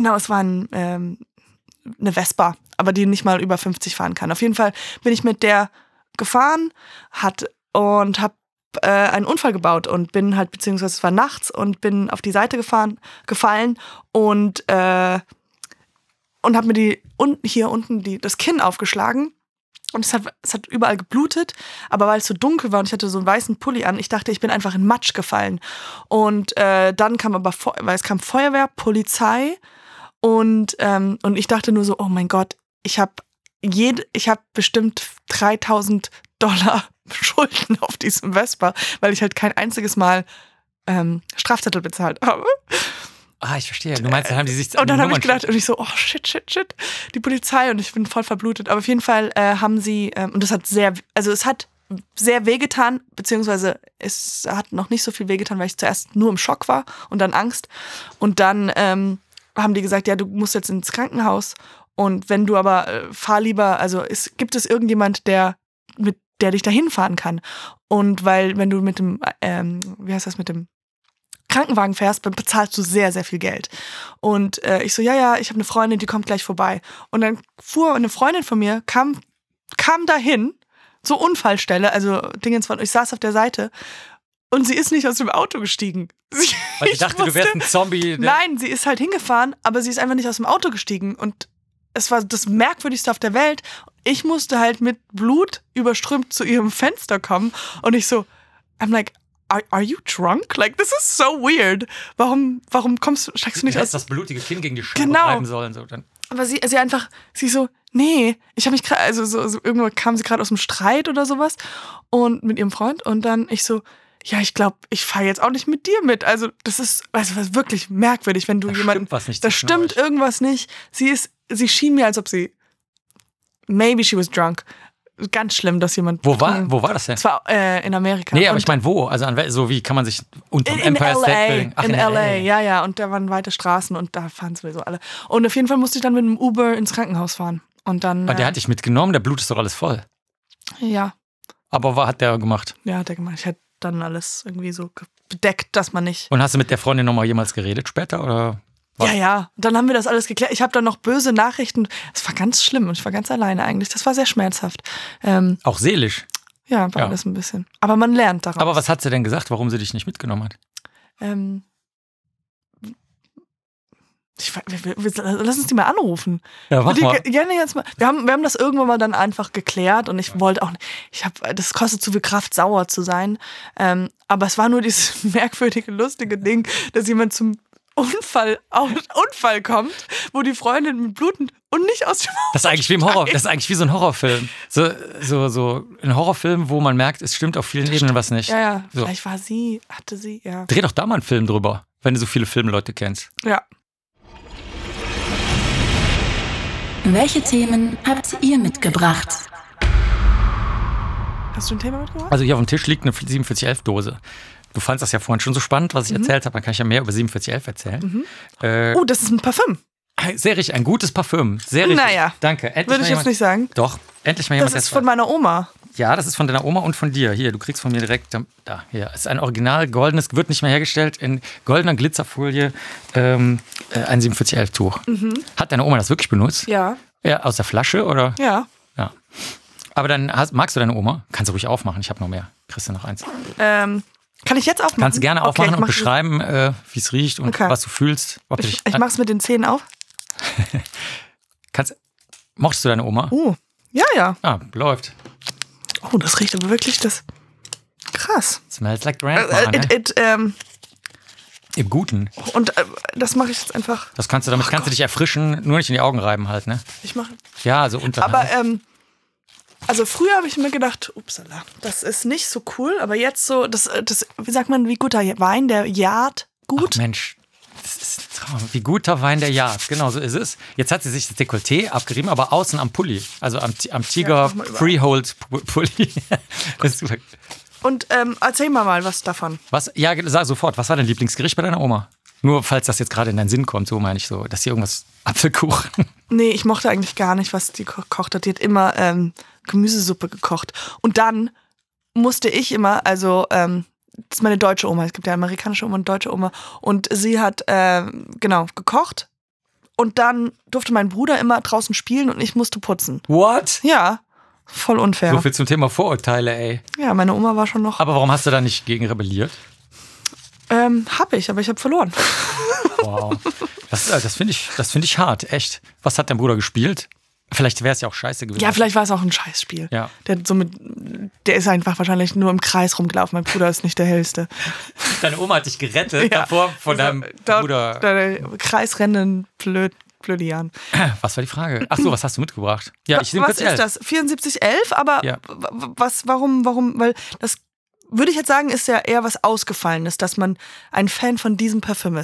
Vespa, aber die nicht mal über 50 fahren kann. Auf jeden Fall bin ich mit der gefahren und habe einen Unfall gebaut und bin halt, beziehungsweise es war nachts und bin auf die Seite gefallen und habe mir hier unten das Kinn aufgeschlagen. Und es hat überall geblutet, aber weil es so dunkel war und ich hatte so einen weißen Pulli an, ich dachte, ich bin einfach in Matsch gefallen. Und dann kam weil es kam Feuerwehr, Polizei und ich dachte nur so, oh mein Gott, ich habe bestimmt $3.000 Schulden auf diesem Vespa, weil ich halt kein einziges Mal Strafzettel bezahlt habe. ich verstehe. Du meinst, dann haben die sich... Und dann habe ich gedacht, und ich so, oh shit, die Polizei, und ich bin voll verblutet. Aber auf jeden Fall haben sie, und es hat sehr wehgetan, beziehungsweise es hat noch nicht so viel wehgetan, weil ich zuerst nur im Schock war und dann Angst. Und dann haben die gesagt, ja, du musst jetzt ins Krankenhaus. Und wenn du aber fahr lieber, also gibt es irgendjemand, der dich dahin fahren kann. Und weil, wenn du mit dem, mit dem Krankenwagen fährst, dann bezahlst du sehr, sehr viel Geld. Und ich so, ja, ich habe eine Freundin, die kommt gleich vorbei. Und dann fuhr eine Freundin von mir, kam dahin, so Unfallstelle, also ich saß auf der Seite und sie ist nicht aus dem Auto gestiegen. Weil ich dachte, du wärst ein Zombie. Nein, sie ist halt hingefahren, aber sie ist einfach nicht aus dem Auto gestiegen und es war das Merkwürdigste auf der Welt. Ich musste halt mit Blut überströmt zu ihrem Fenster kommen und ich so, I'm like, are you drunk? Like, this is so weird. Warum steigst du nicht aus? Das blutige Kinn gegen die Scheibe reiben sollen. So. Dann. Aber sie so, nee, ich habe mich gerade, also so irgendwo kam sie gerade aus dem Streit oder sowas und mit ihrem Freund und dann ich so, ja, ich glaube, ich fahre jetzt auch nicht mit dir mit. Also das ist wirklich merkwürdig, wenn du jemanden... Da stimmt irgendwas nicht. Sie schien mir, als ob sie... Maybe she was drunk. Ganz schlimm, dass jemand... Wo war das denn? Das war in Amerika. Nee, aber ich meine, wo? Also so wie kann man sich unter dem Empire State Building... In LA, ja. Und da waren weite Straßen und da fahren sowieso alle. Und auf jeden Fall musste ich dann mit einem Uber ins Krankenhaus fahren. Und dann... der hat dich mitgenommen, der Blut ist doch alles voll. Ja. Aber was hat der gemacht? Ja, hat der gemacht. Ich hätte dann alles irgendwie so bedeckt, dass man nicht... Und hast du mit der Freundin nochmal jemals geredet später, oder... Ja, dann haben wir das alles geklärt. Ich habe dann noch böse Nachrichten. Es war ganz schlimm und ich war ganz alleine eigentlich. Das war sehr schmerzhaft. Auch seelisch? Ja, war alles ein bisschen. Aber man lernt daraus. Aber was hat sie denn gesagt, warum sie dich nicht mitgenommen hat? Lass uns die mal anrufen. Ja, mach mal. Gerne jetzt mal. Wir haben das irgendwann mal dann einfach geklärt und ich wollte auch nicht, das kostet zu viel Kraft, sauer zu sein. Aber es war nur dieses merkwürdige, lustige Ding, dass jemand zum Unfall kommt, wo die Freundin mit bluten und nicht aus dem Auto Das ist eigentlich wie im Horror. Das ist eigentlich wie so ein Horrorfilm. So ein Horrorfilm, wo man merkt, es stimmt auf vielen Ebenen was nicht. Ja. So. Vielleicht hatte sie, ja. Dreh doch da mal einen Film drüber, wenn du so viele Filmleute kennst. Ja. Welche Themen habt ihr mitgebracht? Hast du ein Thema mitgebracht? Also hier auf dem Tisch liegt eine 4711-Dose. Du fandst das ja vorhin schon so spannend, was ich erzählt habe. Dann kann ich ja mehr über 4711 erzählen. Das ist ein Parfüm. Sehr richtig, ein gutes Parfüm. Sehr richtig. Naja. Danke. Würde ich jetzt nicht sagen. Doch, endlich mal jemand. Das ist von meiner Oma. Ja, das ist von deiner Oma und von dir. Hier, du kriegst von mir direkt, hier, ist ein original goldenes, wird nicht mehr hergestellt, in goldener Glitzerfolie, ein 4711-Tuch. Hat deine Oma das wirklich benutzt? Ja. Ja, aus der Flasche, oder? Ja. Aber dann magst du deine Oma? Kannst du ruhig aufmachen, ich habe noch mehr. Kriegst du noch eins? Kann ich jetzt aufmachen? Kannst du gerne aufmachen und beschreiben, wie es riecht und was du fühlst. Ich mach's mit den Zähnen auf. Mochtest du deine Oma? Ja. Ah, läuft. Oh, das riecht aber wirklich krass. Smells like grandma, ne? Im Guten. Und das mache ich jetzt einfach. Kannst du dich erfrischen, nur nicht in die Augen reiben halt, ne? Ich mache. Ja, so unter. Aber also früher habe ich mir gedacht, upsala, das ist nicht so cool, aber jetzt so, das wie sagt man, wie guter Wein, der jart gut. Ach Mensch, das ist ein Traum. Wie guter Wein, der jart. Genau, so ist es. Jetzt hat sie sich das Dekolleté abgerieben, aber außen am Pulli. Also am Tiger Freehold Pulli. Das ist super. Und erzähl mal was davon. Was? Ja, sag sofort. Was war dein Lieblingsgericht bei deiner Oma? Nur falls das jetzt gerade in deinen Sinn kommt, so meine ich so, dass hier irgendwas Apfelkuchen. Nee, ich mochte eigentlich gar nicht, was die gekocht hat. Die hat immer Gemüsesuppe gekocht. Und dann musste ich immer, also das ist meine deutsche Oma, es gibt ja amerikanische Oma und deutsche Oma. Und sie hat, gekocht. Und dann durfte mein Bruder immer draußen spielen und ich musste putzen. What? Ja, voll unfair. So viel zum Thema Vorurteile, ey. Ja, meine Oma war schon noch... Aber warum hast du da nicht gegen rebelliert? Hab ich, aber ich habe verloren. Wow. Das finde ich hart, echt. Was hat dein Bruder gespielt? Vielleicht wäre es ja auch scheiße gewesen. Ja, vielleicht war es auch ein Scheißspiel. Ja. Der ist einfach wahrscheinlich nur im Kreis rumgelaufen. Mein Bruder ist nicht der Hellste. Deine Oma hat dich gerettet davor von deinem Bruder. Deine Kreisrennen Blödian. Was war die Frage? Ach so, was hast du mitgebracht? Ja, was ist das? 7411, aber ja. Warum? Weil das würde ich jetzt sagen, ist ja eher was Ausgefallenes, dass man ein Fan von diesem Parfüm ist.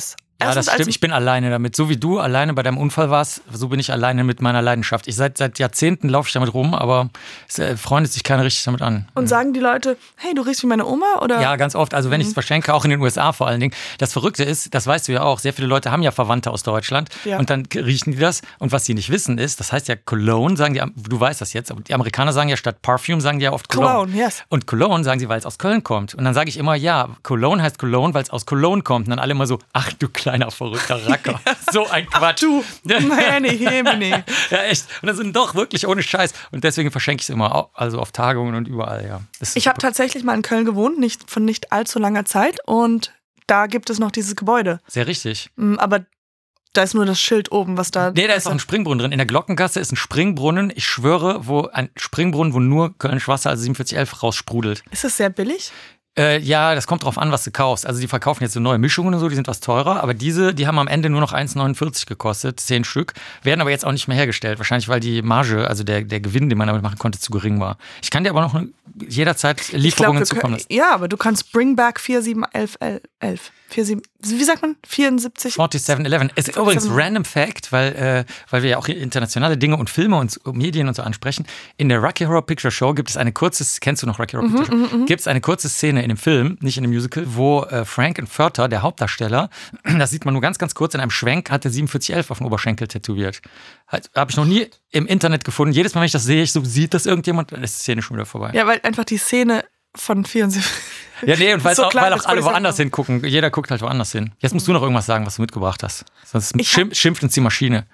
Ja, das stimmt. Ich bin alleine damit. So wie du alleine bei deinem Unfall warst, so bin ich alleine mit meiner Leidenschaft. Seit Jahrzehnten laufe ich damit rum, aber es freundet sich keiner richtig damit an. Und sagen die Leute, hey, du riechst wie meine Oma? Oder? Ja, ganz oft. Also wenn ich es verschenke, auch in den USA vor allen Dingen. Das Verrückte ist, das weißt du ja auch, sehr viele Leute haben ja Verwandte aus Deutschland und dann riechen die das. Und was sie nicht wissen ist, das heißt ja Cologne, sagen die, du weißt das jetzt, aber die Amerikaner sagen ja statt Parfüm, sagen die ja oft Cologne. Cologne, yes. Und Cologne sagen sie, weil es aus Köln kommt. Und dann sage ich immer, ja, Cologne heißt Cologne, weil es aus Cologne kommt. Und dann alle immer so, ach du kleiner verrückter Racker. So ein Quatsch. Du, meine Hemine. Ja, echt. Und das sind doch wirklich ohne Scheiß. Und deswegen verschenke ich es immer, also auf Tagungen und überall, ja. Ich habe tatsächlich mal in Köln gewohnt, von nicht allzu langer Zeit. Und da gibt es noch dieses Gebäude. Sehr richtig. Aber da ist nur das Schild oben, was da... Nee, da ist auch ein Springbrunnen drin. In der Glockengasse ist ein Springbrunnen, ich schwöre, wo nur Kölnisch Wasser, also 4711, raussprudelt. Ist das sehr billig? Ja, das kommt drauf an, was du kaufst. Also die verkaufen jetzt so neue Mischungen und so, die sind was teurer, aber die haben am Ende nur noch 1,49 gekostet, 10 Stück, werden aber jetzt auch nicht mehr hergestellt. Wahrscheinlich, weil die Marge, also der Gewinn, den man damit machen konnte, zu gering war. Ich kann dir aber noch jederzeit Lieferungen zukommen lassen. Ja, aber du kannst Bring Back 4711. Wie sagt man? 74? 4711. Es ist übrigens random Fact, weil wir ja auch internationale Dinge und Filme und Medien und so ansprechen. In der Rocky Horror Picture Show gibt es eine kurze, kennst du noch Rocky Horror Picture Show? Gibt es eine kurze Szene in dem Film, nicht in dem Musical, wo Frank-N-Furter, der Hauptdarsteller, das sieht man nur ganz, ganz kurz, in einem Schwenk hat er 4711 auf dem Oberschenkel tätowiert. Habe ich noch nie im Internet gefunden. Jedes Mal, wenn ich das sehe, sieht das irgendjemand, dann ist die Szene schon wieder vorbei. Ja, weil einfach die Szene von 74... Ja, nee, und weil auch alle woanders hingucken. Jeder guckt halt woanders hin. Jetzt musst du noch irgendwas sagen, was du mitgebracht hast. Sonst schimpft uns die Maschine.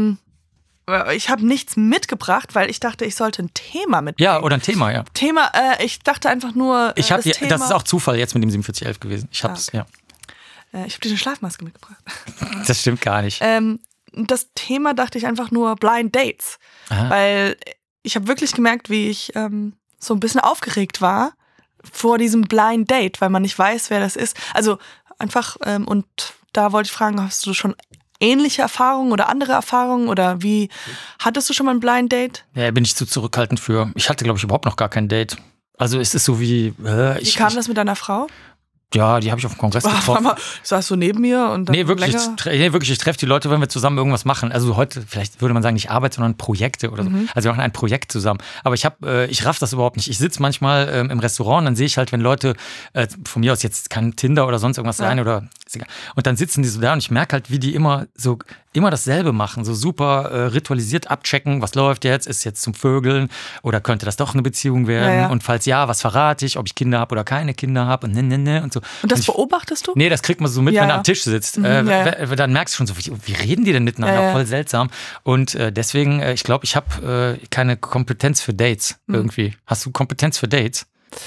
Ich habe nichts mitgebracht, weil ich dachte, ich sollte ein Thema mitbringen. Ja, oder ein Thema, ja. Ich dachte einfach nur, das ist auch Zufall jetzt mit dem 4711 gewesen. Ich habe Ich habe dir eine Schlafmaske mitgebracht. Das stimmt gar nicht. Das Thema dachte ich einfach nur Blind Dates. Aha. Weil ich habe wirklich gemerkt, wie ich so ein bisschen aufgeregt war vor diesem Blind Date, weil man nicht weiß, wer das ist. Also einfach, und da wollte ich fragen, hast du schon ähnliche Erfahrungen oder andere Erfahrungen oder wie, hattest du schon mal ein Blind Date? Ja, bin ich zu zurückhaltend für. Ich hatte, glaube ich, überhaupt noch gar kein Date. Also es ist so wie... Wie kam das mit deiner Frau? Ja, die habe ich auf dem Kongress getroffen. Saß du neben mir und dann wirklich, ich treffe die Leute, wenn wir zusammen irgendwas machen. Also heute, vielleicht würde man sagen, nicht Arbeit, sondern Projekte oder so. Also wir machen ein Projekt zusammen. Aber ich raff das überhaupt nicht. Ich sitze manchmal im Restaurant und dann sehe ich halt, wenn Leute, von mir aus jetzt kann Tinder oder sonst irgendwas sein oder ist egal. Und dann sitzen die so da und ich merke halt, wie die immer dasselbe machen, so super ritualisiert abchecken, was läuft jetzt, ist jetzt zum Vögeln oder könnte das doch eine Beziehung werden und falls ja, was verrate ich, ob ich Kinder habe oder keine Kinder habe und und so. Und das beobachtest du? Nee, das kriegt man so mit, wenn er am Tisch sitzt. Dann merkst du schon so, wie reden die denn miteinander? Voll seltsam. Und deswegen, ich glaube, ich habe keine Kompetenz für Dates irgendwie. Hast du Kompetenz für Dates?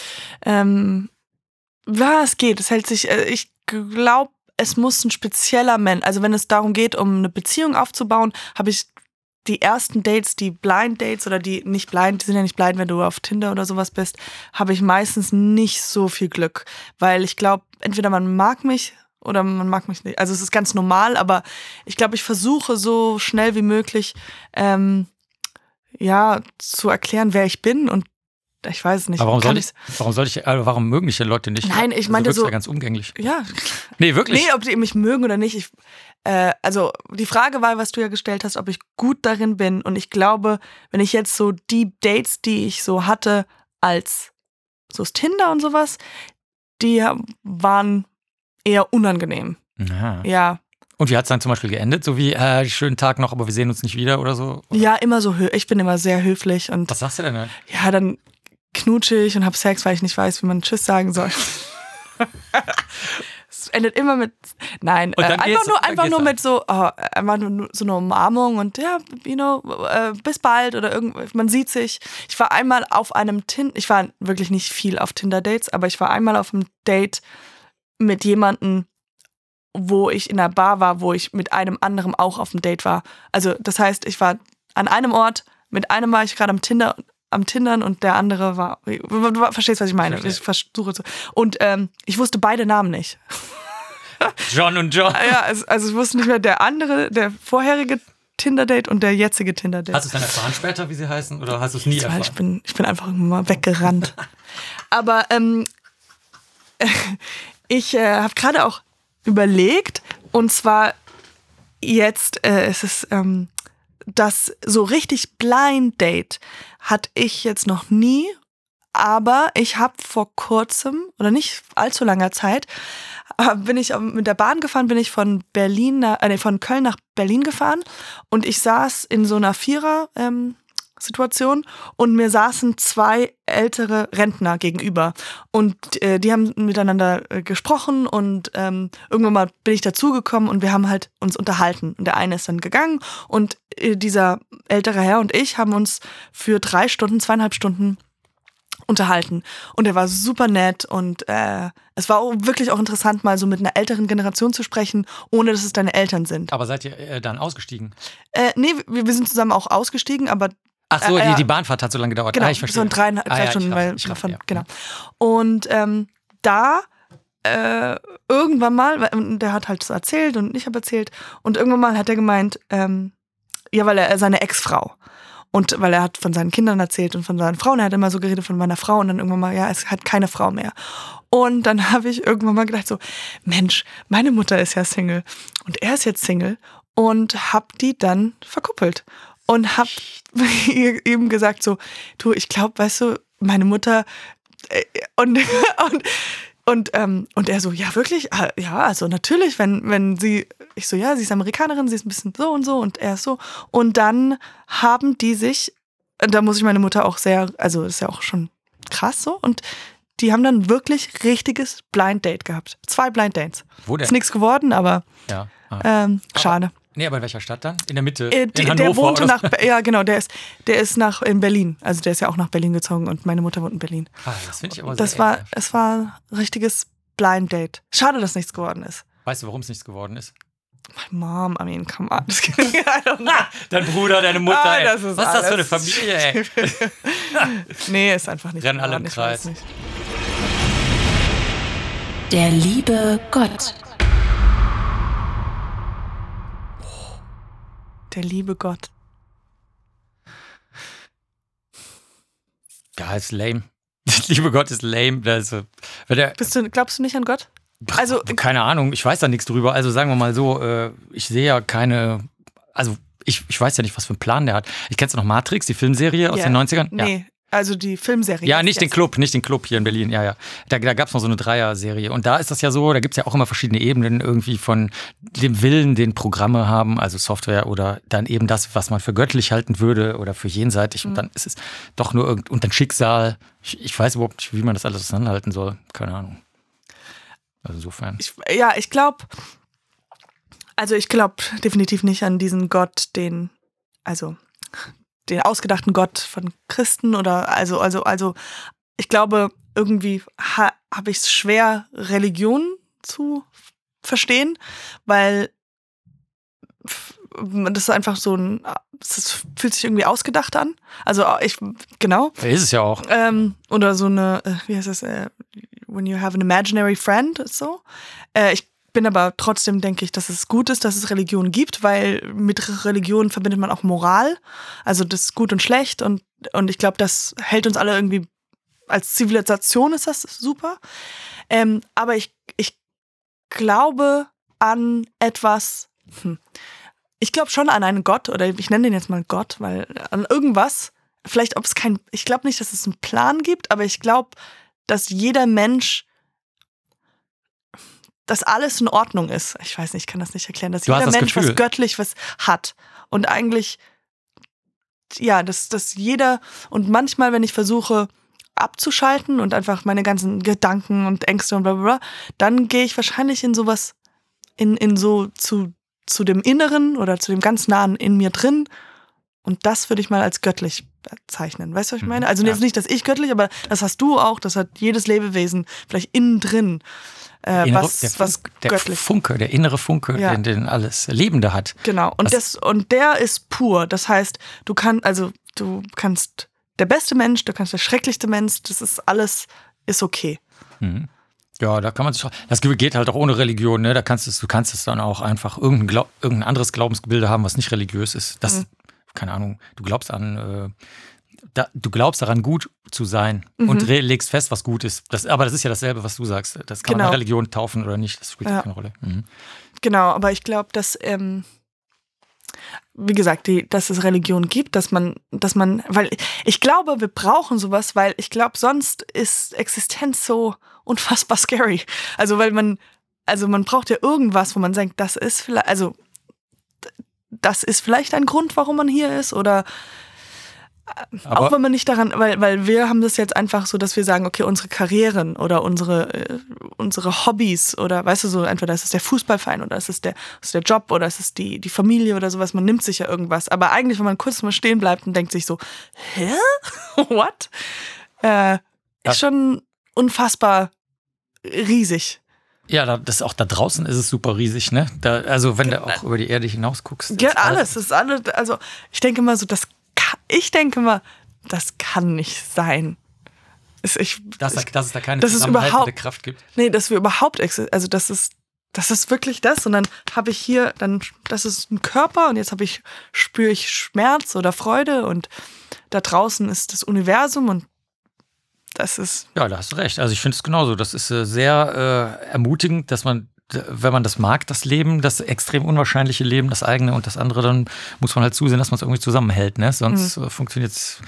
Es geht. Es hält sich, ich glaube, es muss ein spezieller Mensch, also wenn es darum geht, um eine Beziehung aufzubauen, habe ich die ersten Dates, die Blind Dates oder die nicht blind, die sind ja nicht blind, wenn du auf Tinder oder sowas bist, habe ich meistens nicht so viel Glück, weil ich glaube, entweder man mag mich oder man mag mich nicht. Also es ist ganz normal, aber ich glaube, ich versuche so schnell wie möglich zu erklären, wer ich bin und ich weiß es nicht. Aber warum mögen dich die Leute nicht? Nein, ich meinte so. Ja ganz umgänglich. Ja. Nee, wirklich? Nee, ob die mich mögen oder nicht. Also die Frage war, was du ja gestellt hast, ob ich gut darin bin. Und ich glaube, wenn ich jetzt so die Dates, die ich so hatte, als so das Tinder und sowas, die waren eher unangenehm. Aha. Ja. Und wie hat es dann zum Beispiel geendet? So wie, schönen Tag noch, aber wir sehen uns nicht wieder oder so? Oder? Ja, immer so. Ich bin immer sehr höflich. Und was sagst du denn? Ja, dann knutsche ich und hab Sex, weil ich nicht weiß, wie man Tschüss sagen soll. Es endet immer mit, nein, einfach nur mit so, einfach nur so eine Umarmung und ja, bis bald oder man sieht sich. Ich war einmal auf einem ich war wirklich nicht viel auf Tinder-Dates, aber ich war einmal auf einem Date mit jemandem, wo ich in einer Bar war, wo ich mit einem anderen auch auf dem Date war. Also das heißt, ich war an einem Ort, mit einem war ich gerade am Tindern und der andere war, du verstehst, was ich meine. Ich versuche zu. Und ich wusste beide Namen nicht. John und John. Ja, also ich wusste nicht mehr der vorherige Tinder-Date und der jetzige Tinder-Date. Hast du es dann erfahren später, wie sie heißen, oder hast du es nie erfahren? Ich bin einfach mal weggerannt. Aber ich habe gerade auch überlegt, Und zwar jetzt ist es das so richtig Blind Date hatte ich jetzt noch nie, aber ich habe vor kurzem oder nicht allzu langer Zeit bin ich mit der Bahn gefahren, bin ich von Köln nach Berlin gefahren und ich saß in so einer Vierer-Situation und mir saßen 2 ältere Rentner gegenüber und die haben miteinander gesprochen und irgendwann mal bin ich dazugekommen und wir haben halt uns unterhalten und der eine ist dann gegangen und dieser ältere Herr und ich haben uns für 2,5 Stunden unterhalten und er war super nett und es war auch wirklich auch interessant, mal so mit einer älteren Generation zu sprechen, ohne dass es deine Eltern sind. Aber seid ihr dann ausgestiegen? Nee, wir sind zusammen auch ausgestiegen, aber ach so, die Bahnfahrt hat so lange gedauert. Genau, ich verstehe. so in 3 Stunden, genau. Und da irgendwann mal, der hat halt so erzählt und ich habe erzählt und irgendwann mal hat er gemeint, ja, weil er seine Ex-Frau und weil er hat von seinen Kindern erzählt und von seinen Frauen, er hat immer so geredet von meiner Frau und dann irgendwann mal, ja, es hat keine Frau mehr. Und dann habe ich irgendwann mal gedacht so, Mensch, meine Mutter ist ja Single und er ist jetzt Single und hab die dann verkuppelt. Und hab ihm gesagt so, du, ich glaube, weißt du, meine Mutter und er so, ja wirklich? Ja, also natürlich, wenn sie, ich so, ja, sie ist Amerikanerin, sie ist ein bisschen so und er ist so. Und dann haben die sich, da muss ich meine Mutter auch sehr, also das ist ja auch schon krass so, und die haben dann wirklich richtiges Blind Date gehabt. 2 Blind Dates. Wo denn? Ist nichts geworden, aber ja. schade. Nee, aber in welcher Stadt dann? In der Mitte? In Hannover, der wohnte ja genau, der ist in Berlin. Also der ist ja auch nach Berlin gezogen und meine Mutter wohnt in Berlin. Das finde ich aber es war ein richtiges Blind Date. Schade, dass nichts geworden ist. Weißt du, warum es nichts geworden ist? My mom, I mean, come on. Dein Bruder, deine Mutter, ey. Das ist was ist alles. das für eine Familie, ey? Nee, ist einfach nicht. Rennen alle im Kreis. Der liebe Gott. Der liebe Gott. Ja, ist lame. Der liebe Gott ist lame. Also, glaubst du nicht an Gott? Also, keine Ahnung, ich weiß da nichts drüber. Also sagen wir mal so, ich sehe ja keine, also ich weiß ja nicht, was für einen Plan der hat. Kennst du noch Matrix, die Filmserie aus den 90ern? Nee. Ja. Also die Filmserie. Ja, nicht den Club hier in Berlin, ja. Da gab es noch so eine Dreier-Serie. Und da ist das ja so, da gibt es ja auch immer verschiedene Ebenen irgendwie von dem Willen, den Programme haben, also Software oder dann eben das, was man für göttlich halten würde oder für jenseitig. Und dann ist es doch nur und dann Schicksal. Ich weiß überhaupt nicht, wie man das alles auseinanderhalten soll. Keine Ahnung. Also insofern. Ich glaube definitiv nicht an diesen Gott, den ausgedachten Gott von Christen oder also ich glaube, irgendwie habe ich es schwer, Religion zu verstehen, weil das ist einfach so das fühlt sich irgendwie ausgedacht an. Also genau. Ja, ist es ja auch. Oder so eine, wie heißt das, when you have an imaginary friend, so. Ich bin aber trotzdem, denke ich, dass es gut ist, dass es Religion gibt, weil mit Religion verbindet man auch Moral. Also das ist gut und schlecht und ich glaube, das hält uns alle irgendwie, als Zivilisation ist das super. Aber ich glaube an etwas, ich glaube schon an einen Gott, oder ich nenne den jetzt mal Gott, weil an irgendwas, vielleicht ich glaube nicht, dass es einen Plan gibt, aber ich glaube, dass jeder Mensch, dass alles in Ordnung ist. Ich weiß nicht, ich kann das nicht erklären. Dass jeder Mensch was Göttliches hat. Und eigentlich, ja, dass jeder, und manchmal, wenn ich versuche abzuschalten und einfach meine ganzen Gedanken und Ängste und bla bla bla, dann gehe ich wahrscheinlich in sowas, in so zu dem Inneren oder zu dem ganz Nahen in mir drin. Und das würde ich mal als göttlich bezeichnen. Weißt du, was ich meine? Also jetzt nicht, dass ich göttlich, aber das hast du auch, das hat jedes Lebewesen vielleicht innen drin. Der göttlich. Funke, der innere Funke, den alles Lebende hat. Genau, und der ist pur. Das heißt, du kannst der beste Mensch, du kannst der schrecklichste Mensch, das ist alles, ist okay. Mhm. Ja, da kann man sich, das geht halt auch ohne Religion, ne? Du kannst es dann auch einfach irgendein anderes Glaubensgebilde haben, was nicht religiös ist. Das, keine Ahnung, du glaubst an du glaubst daran, gut zu sein und legst fest, was gut ist. Aber das ist ja dasselbe, was du sagst. Das kann man Religion taufen oder nicht, das spielt keine Rolle. Genau, aber ich glaube, dass, wie gesagt, dass es Religion gibt, dass man, weil ich glaube, wir brauchen sowas, weil ich glaube, sonst ist Existenz so unfassbar scary. Also, man braucht ja irgendwas, wo man denkt, das ist vielleicht ein Grund, warum man hier ist, oder auch wenn man nicht daran, weil wir haben das jetzt einfach so, dass wir sagen, okay, unsere Karrieren oder unsere Hobbys oder weißt du so, entweder ist es der Fußballverein oder ist es der Job oder ist es die Familie oder sowas, man nimmt sich ja irgendwas. Aber eigentlich, wenn man kurz mal stehen bleibt und denkt sich so, hä? What? Ist schon unfassbar riesig. Ja, das auch da draußen ist es super riesig, ne? Also wenn du auch über die Erde hinaus guckst. Ja, alles. Also ich denke mal so, das kann nicht sein. Dass es da keine zusammenhaltende Kraft gibt? Nee, dass wir überhaupt also das ist wirklich das. Und dann habe ich hier, das ist ein Körper und jetzt spüre ich Schmerz oder Freude und da draußen ist das Universum und das ist... Ja, da hast du recht. Also ich finde es genauso. Das ist sehr ermutigend, dass man, wenn man das mag, das Leben, das extrem unwahrscheinliche Leben, das eigene und das andere, dann muss man halt zusehen, dass man es irgendwie zusammenhält. Ne? Sonst funktioniert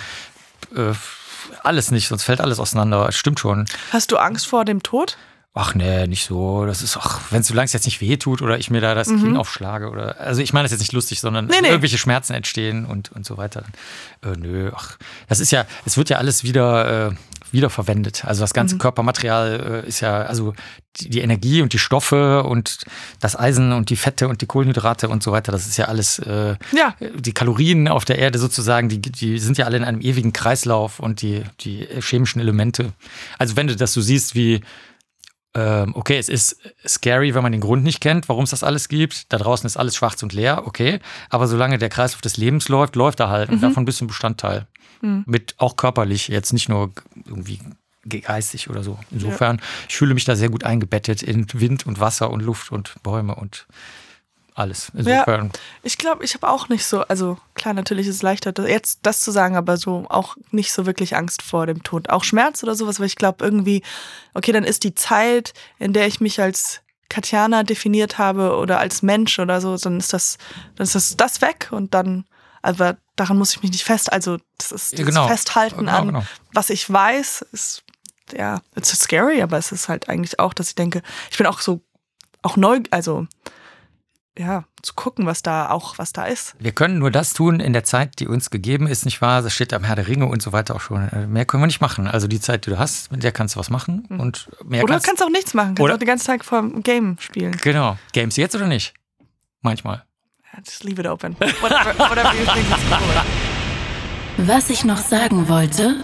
alles nicht, sonst fällt alles auseinander. Stimmt schon. Hast du Angst vor dem Tod? Ach nee, nicht so. Das ist auch, solange es jetzt nicht wehtut oder ich mir da das Kinn aufschlage oder, also ich meine das ist jetzt nicht lustig, sondern irgendwelche Schmerzen entstehen und so weiter. Nö, das ist ja, es wird ja alles wiederverwendet. Also das ganze Körpermaterial ist ja, also die Energie und die Stoffe und das Eisen und die Fette und die Kohlenhydrate und so weiter, das ist ja alles, die Kalorien auf der Erde sozusagen, die sind ja alle in einem ewigen Kreislauf und die chemischen Elemente. Also wenn du das so siehst wie okay, es ist scary, wenn man den Grund nicht kennt, warum es das alles gibt. Da draußen ist alles schwarz und leer, okay. Aber solange der Kreislauf des Lebens läuft er halt. Und davon bist du ein Bestandteil. Mit auch körperlich, jetzt nicht nur irgendwie geistig oder so. Insofern, ich fühle mich da sehr gut eingebettet in Wind und Wasser und Luft und Bäume und alles. Insofern. Ja, ich glaube, ich habe auch nicht so, also klar, natürlich ist es leichter, jetzt das zu sagen, aber so auch nicht so wirklich Angst vor dem Tod. Auch Schmerz oder sowas, weil ich glaube irgendwie, okay, dann ist die Zeit, in der ich mich als Katjana definiert habe oder als Mensch oder so, dann ist das weg und dann, aber daran muss ich mich nicht das ist das Festhalten an, was ich weiß, ist, ja, it's scary, aber es ist halt eigentlich auch, dass ich denke, ich bin auch so, auch neu, also ja, zu gucken, was da ist. Wir können nur das tun in der Zeit, die uns gegeben ist, nicht wahr? Das steht am Herr der Ringe und so weiter auch schon. Mehr können wir nicht machen. Also die Zeit, die du hast, mit der kannst du was machen. Und mehr oder du kannst auch nichts machen. Kannst auch den ganzen Tag vorm Game spielen. Genau. Games jetzt oder nicht? Manchmal. Just leave it open. Whatever you think is cool. Was ich noch sagen wollte...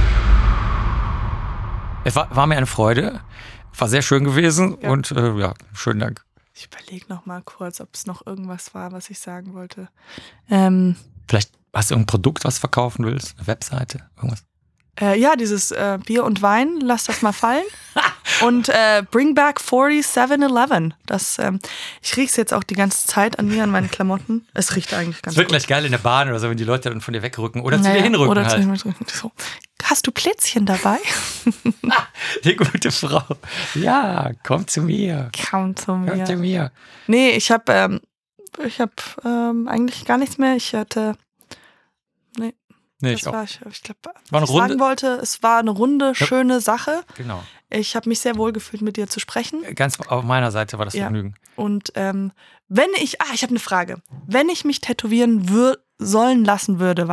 Es war mir eine Freude. War sehr schön gewesen und schönen Dank. Ich überlege noch mal kurz, ob es noch irgendwas war, was ich sagen wollte. Vielleicht hast du irgendein Produkt, was du verkaufen willst? Eine Webseite? Irgendwas? Ja, dieses Bier und Wein, lass das mal fallen. Und Bring Back 4711. Ich rieche es jetzt auch die ganze Zeit an mir, an meinen Klamotten. Es riecht eigentlich ganz gut. Es wird gleich geil in der Bahn oder so, wenn die Leute dann von dir wegrücken. Oder zu dir hinrücken oder halt. So. Hast du Plätzchen dabei? Die gute Frau. Ja, komm zu mir. Komm zu mir. Nee, ich hab eigentlich gar nichts mehr. Ich hatte... Nee, ich glaube, was ich sagen wollte, es war eine runde, schöne Sache. Genau. Ich habe mich sehr wohl gefühlt, mit dir zu sprechen. Ganz auf meiner Seite war das Vergnügen. Und ich habe eine Frage. Wenn ich mich tätowieren sollen lassen würde,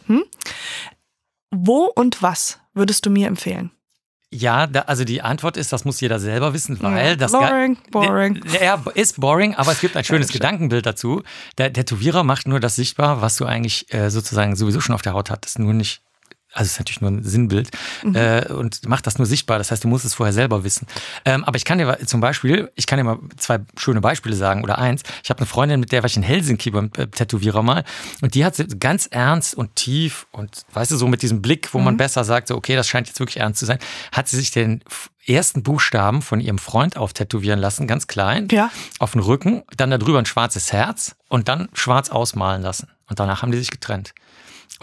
wo und was würdest du mir empfehlen? Ja, also die Antwort ist, das muss jeder selber wissen, weil das boring. Ja, ist boring, aber es gibt ein schönes Gedankenbild dazu. Der Tätowierer macht nur das sichtbar, was du eigentlich sozusagen sowieso schon auf der Haut hattest, nur nicht. Also es ist natürlich nur ein Sinnbild und macht das nur sichtbar. Das heißt, du musst es vorher selber wissen. Aber ich kann dir mal 2 schöne Beispiele sagen oder eins. Ich habe eine Freundin, mit der war ich in Helsinki beim Tätowierer mal und die hat ganz ernst und tief und weißt du, so mit diesem Blick, wo man besser sagt, so okay, das scheint jetzt wirklich ernst zu sein, hat sie sich den ersten Buchstaben von ihrem Freund auftätowieren lassen, ganz klein, auf den Rücken, dann darüber ein schwarzes Herz und dann schwarz ausmalen lassen. Und danach haben die sich getrennt.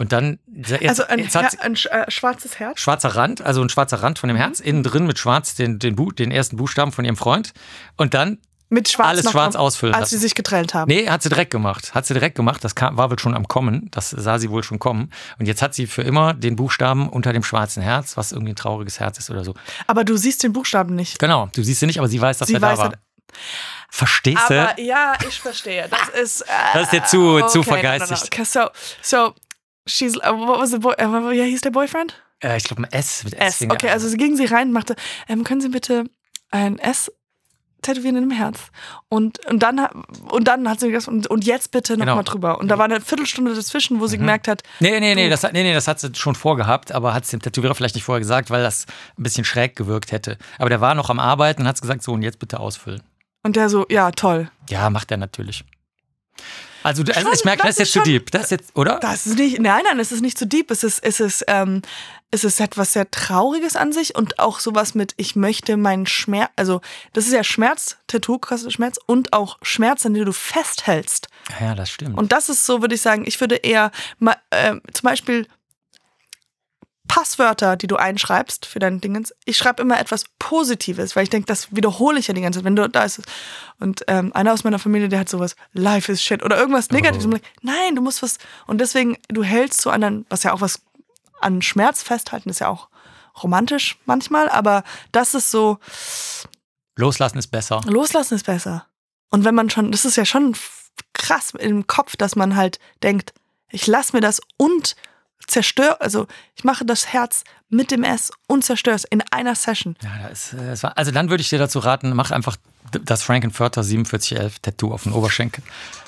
Und dann... Also ein schwarzes Herz? Schwarzer Rand, also ein schwarzer Rand von dem Herz, innen drin mit schwarz den ersten Buchstaben von ihrem Freund. Und dann mit schwarz alles schwarz ausfüllen als sie sich getrennt haben. Nee, hat sie direkt gemacht. Das war wohl schon am Kommen. Das sah sie wohl schon kommen. Und jetzt hat sie für immer den Buchstaben unter dem schwarzen Herz, was irgendwie ein trauriges Herz ist oder so. Aber du siehst den Buchstaben nicht. Genau, du siehst ihn nicht, aber sie weiß, dass er da war. Verstehst du? Aber ja, ich verstehe. Das ist dir zu vergeistigt. Okay, so she's what was the boy? Wie hieß der Boyfriend? Ich glaube ein S. Mit S. Okay, also sie ging sie rein und machte, können Sie bitte ein S tätowieren in dem Herz. Und dann hat sie gesagt, und jetzt bitte nochmal drüber. Und da war eine Viertelstunde dazwischen, wo sie gemerkt hat... Nee, das hat sie schon vorgehabt, aber hat es dem Tätowierer vielleicht nicht vorher gesagt, weil das ein bisschen schräg gewirkt hätte. Aber der war noch am Arbeiten und hat gesagt, so, und jetzt bitte ausfüllen. Und der so, ja, toll. Ja, macht er natürlich. Also ich merke, das ist jetzt zu deep. Das ist jetzt, oder? Das ist nicht, nein, es ist nicht zu deep. Es ist etwas sehr Trauriges an sich und auch sowas mit, ich möchte meinen Schmerz, also das ist ja Schmerz, Tattoo kostet Schmerz und auch Schmerz, an dem du festhältst. Ja, das stimmt. Und das ist so, würde ich sagen, ich würde eher zum Beispiel Passwörter, die du einschreibst für dein Dingens. Ich schreibe immer etwas Positives, weil ich denke, das wiederhole ich ja die ganze Zeit. Wenn du da ist. Und einer aus meiner Familie, der hat sowas, Life is shit oder irgendwas Negatives. Und nein, du musst was. Und deswegen, du hältst so an, was ja auch was an Schmerz festhalten, ist ja auch romantisch manchmal, aber das ist so. Loslassen ist besser. Loslassen ist besser. Und wenn man schon, das ist ja schon krass im Kopf, dass man halt denkt, ich lasse mir das und zerstöre, also ich mache das Herz mit dem S und zerstöre es in einer Session. Ja, also dann würde ich dir dazu raten, mach einfach das Frank-N-Furter 4711 Tattoo auf den Oberschenkel.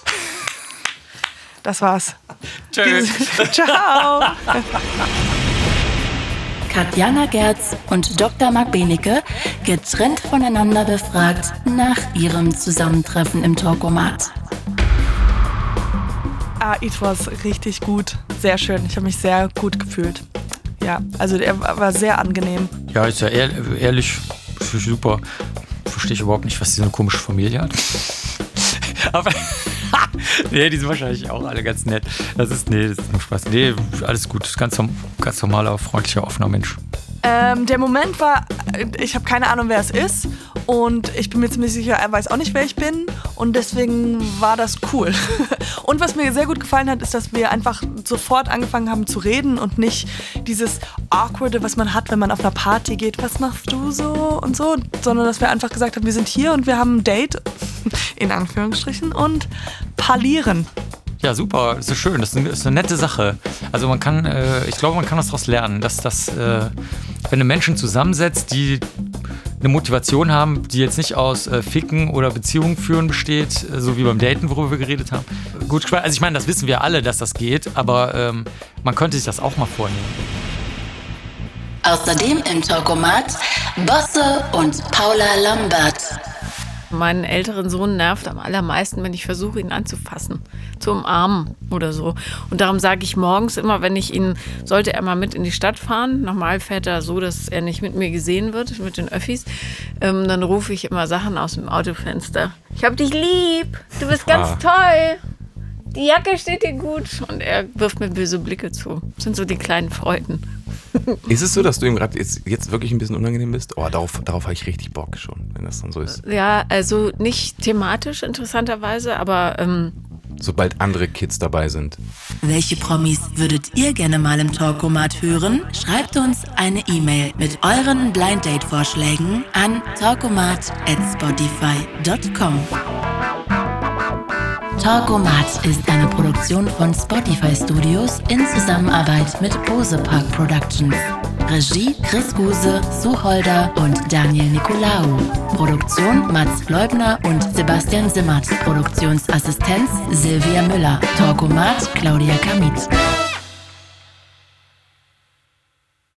Das war's. Tschüss. Ciao. Katjana Gerz und Dr. Marc Benecke getrennt voneinander befragt nach ihrem Zusammentreffen im Talkomat. It was richtig gut. Sehr schön. Ich habe mich sehr gut gefühlt. Ja, also er war sehr angenehm. Ja, ist ja ehrlich, super. Verstehe ich überhaupt nicht, was die so eine komische Familie hat. Aber nee, die sind wahrscheinlich auch alle ganz nett. Das ist nur Spaß. Nee, alles gut. Ganz normaler, freundlicher, offener Mensch. Der Moment war, ich habe keine Ahnung, wer es ist. Und ich bin mir ziemlich sicher, er weiß auch nicht, wer ich bin. Und deswegen war das cool. Und was mir sehr gut gefallen hat, ist, dass wir einfach sofort angefangen haben zu reden und nicht dieses Awkwarde, was man hat, wenn man auf einer Party geht. Was machst du so und so? Sondern dass wir einfach gesagt haben, wir sind hier und wir haben ein Date, in Anführungsstrichen, und parlieren. Ja, super, das ist schön, das ist eine nette Sache. Also man kann, ich glaube, man kann was daraus lernen, dass wenn du Menschen zusammensetzt, die eine Motivation haben, die jetzt nicht aus Ficken oder Beziehungen führen besteht, so wie beim Daten, worüber wir geredet haben. Gut, also ich meine, das wissen wir alle, dass das geht, aber man könnte sich das auch mal vornehmen. Außerdem im Talkomat Bosse und Paula Lambert. Meinen älteren Sohn nervt am allermeisten, wenn ich versuche, ihn anzufassen, zu umarmen oder so. Und darum sage ich morgens immer, sollte er mal mit in die Stadt fahren, normal fährt er so, dass er nicht mit mir gesehen wird, mit den Öffis, dann rufe ich immer Sachen aus dem Autofenster. Ich hab dich lieb, du bist ganz toll, die Jacke steht dir gut. Und er wirft mir böse Blicke zu. Das sind so die kleinen Freuden. Ist es so, dass du ihm gerade jetzt wirklich ein bisschen unangenehm bist? Oh, darauf habe ich richtig Bock schon, wenn das dann so ist. Ja, also nicht thematisch interessanterweise, aber sobald andere Kids dabei sind. Welche Promis würdet ihr gerne mal im Talkomat hören? Schreibt uns eine E-Mail mit euren Blind Date Vorschlägen an talkomat@spotify.com. Talkomat ist eine Produktion von Spotify Studios in Zusammenarbeit mit Bose Park Productions. Regie Chris Guse, Sue Holder und Daniel Nicolaou. Produktion Mats Leubner und Sebastian Simmert. Produktionsassistenz Silvia Müller. Talkomat Claudia Kamit.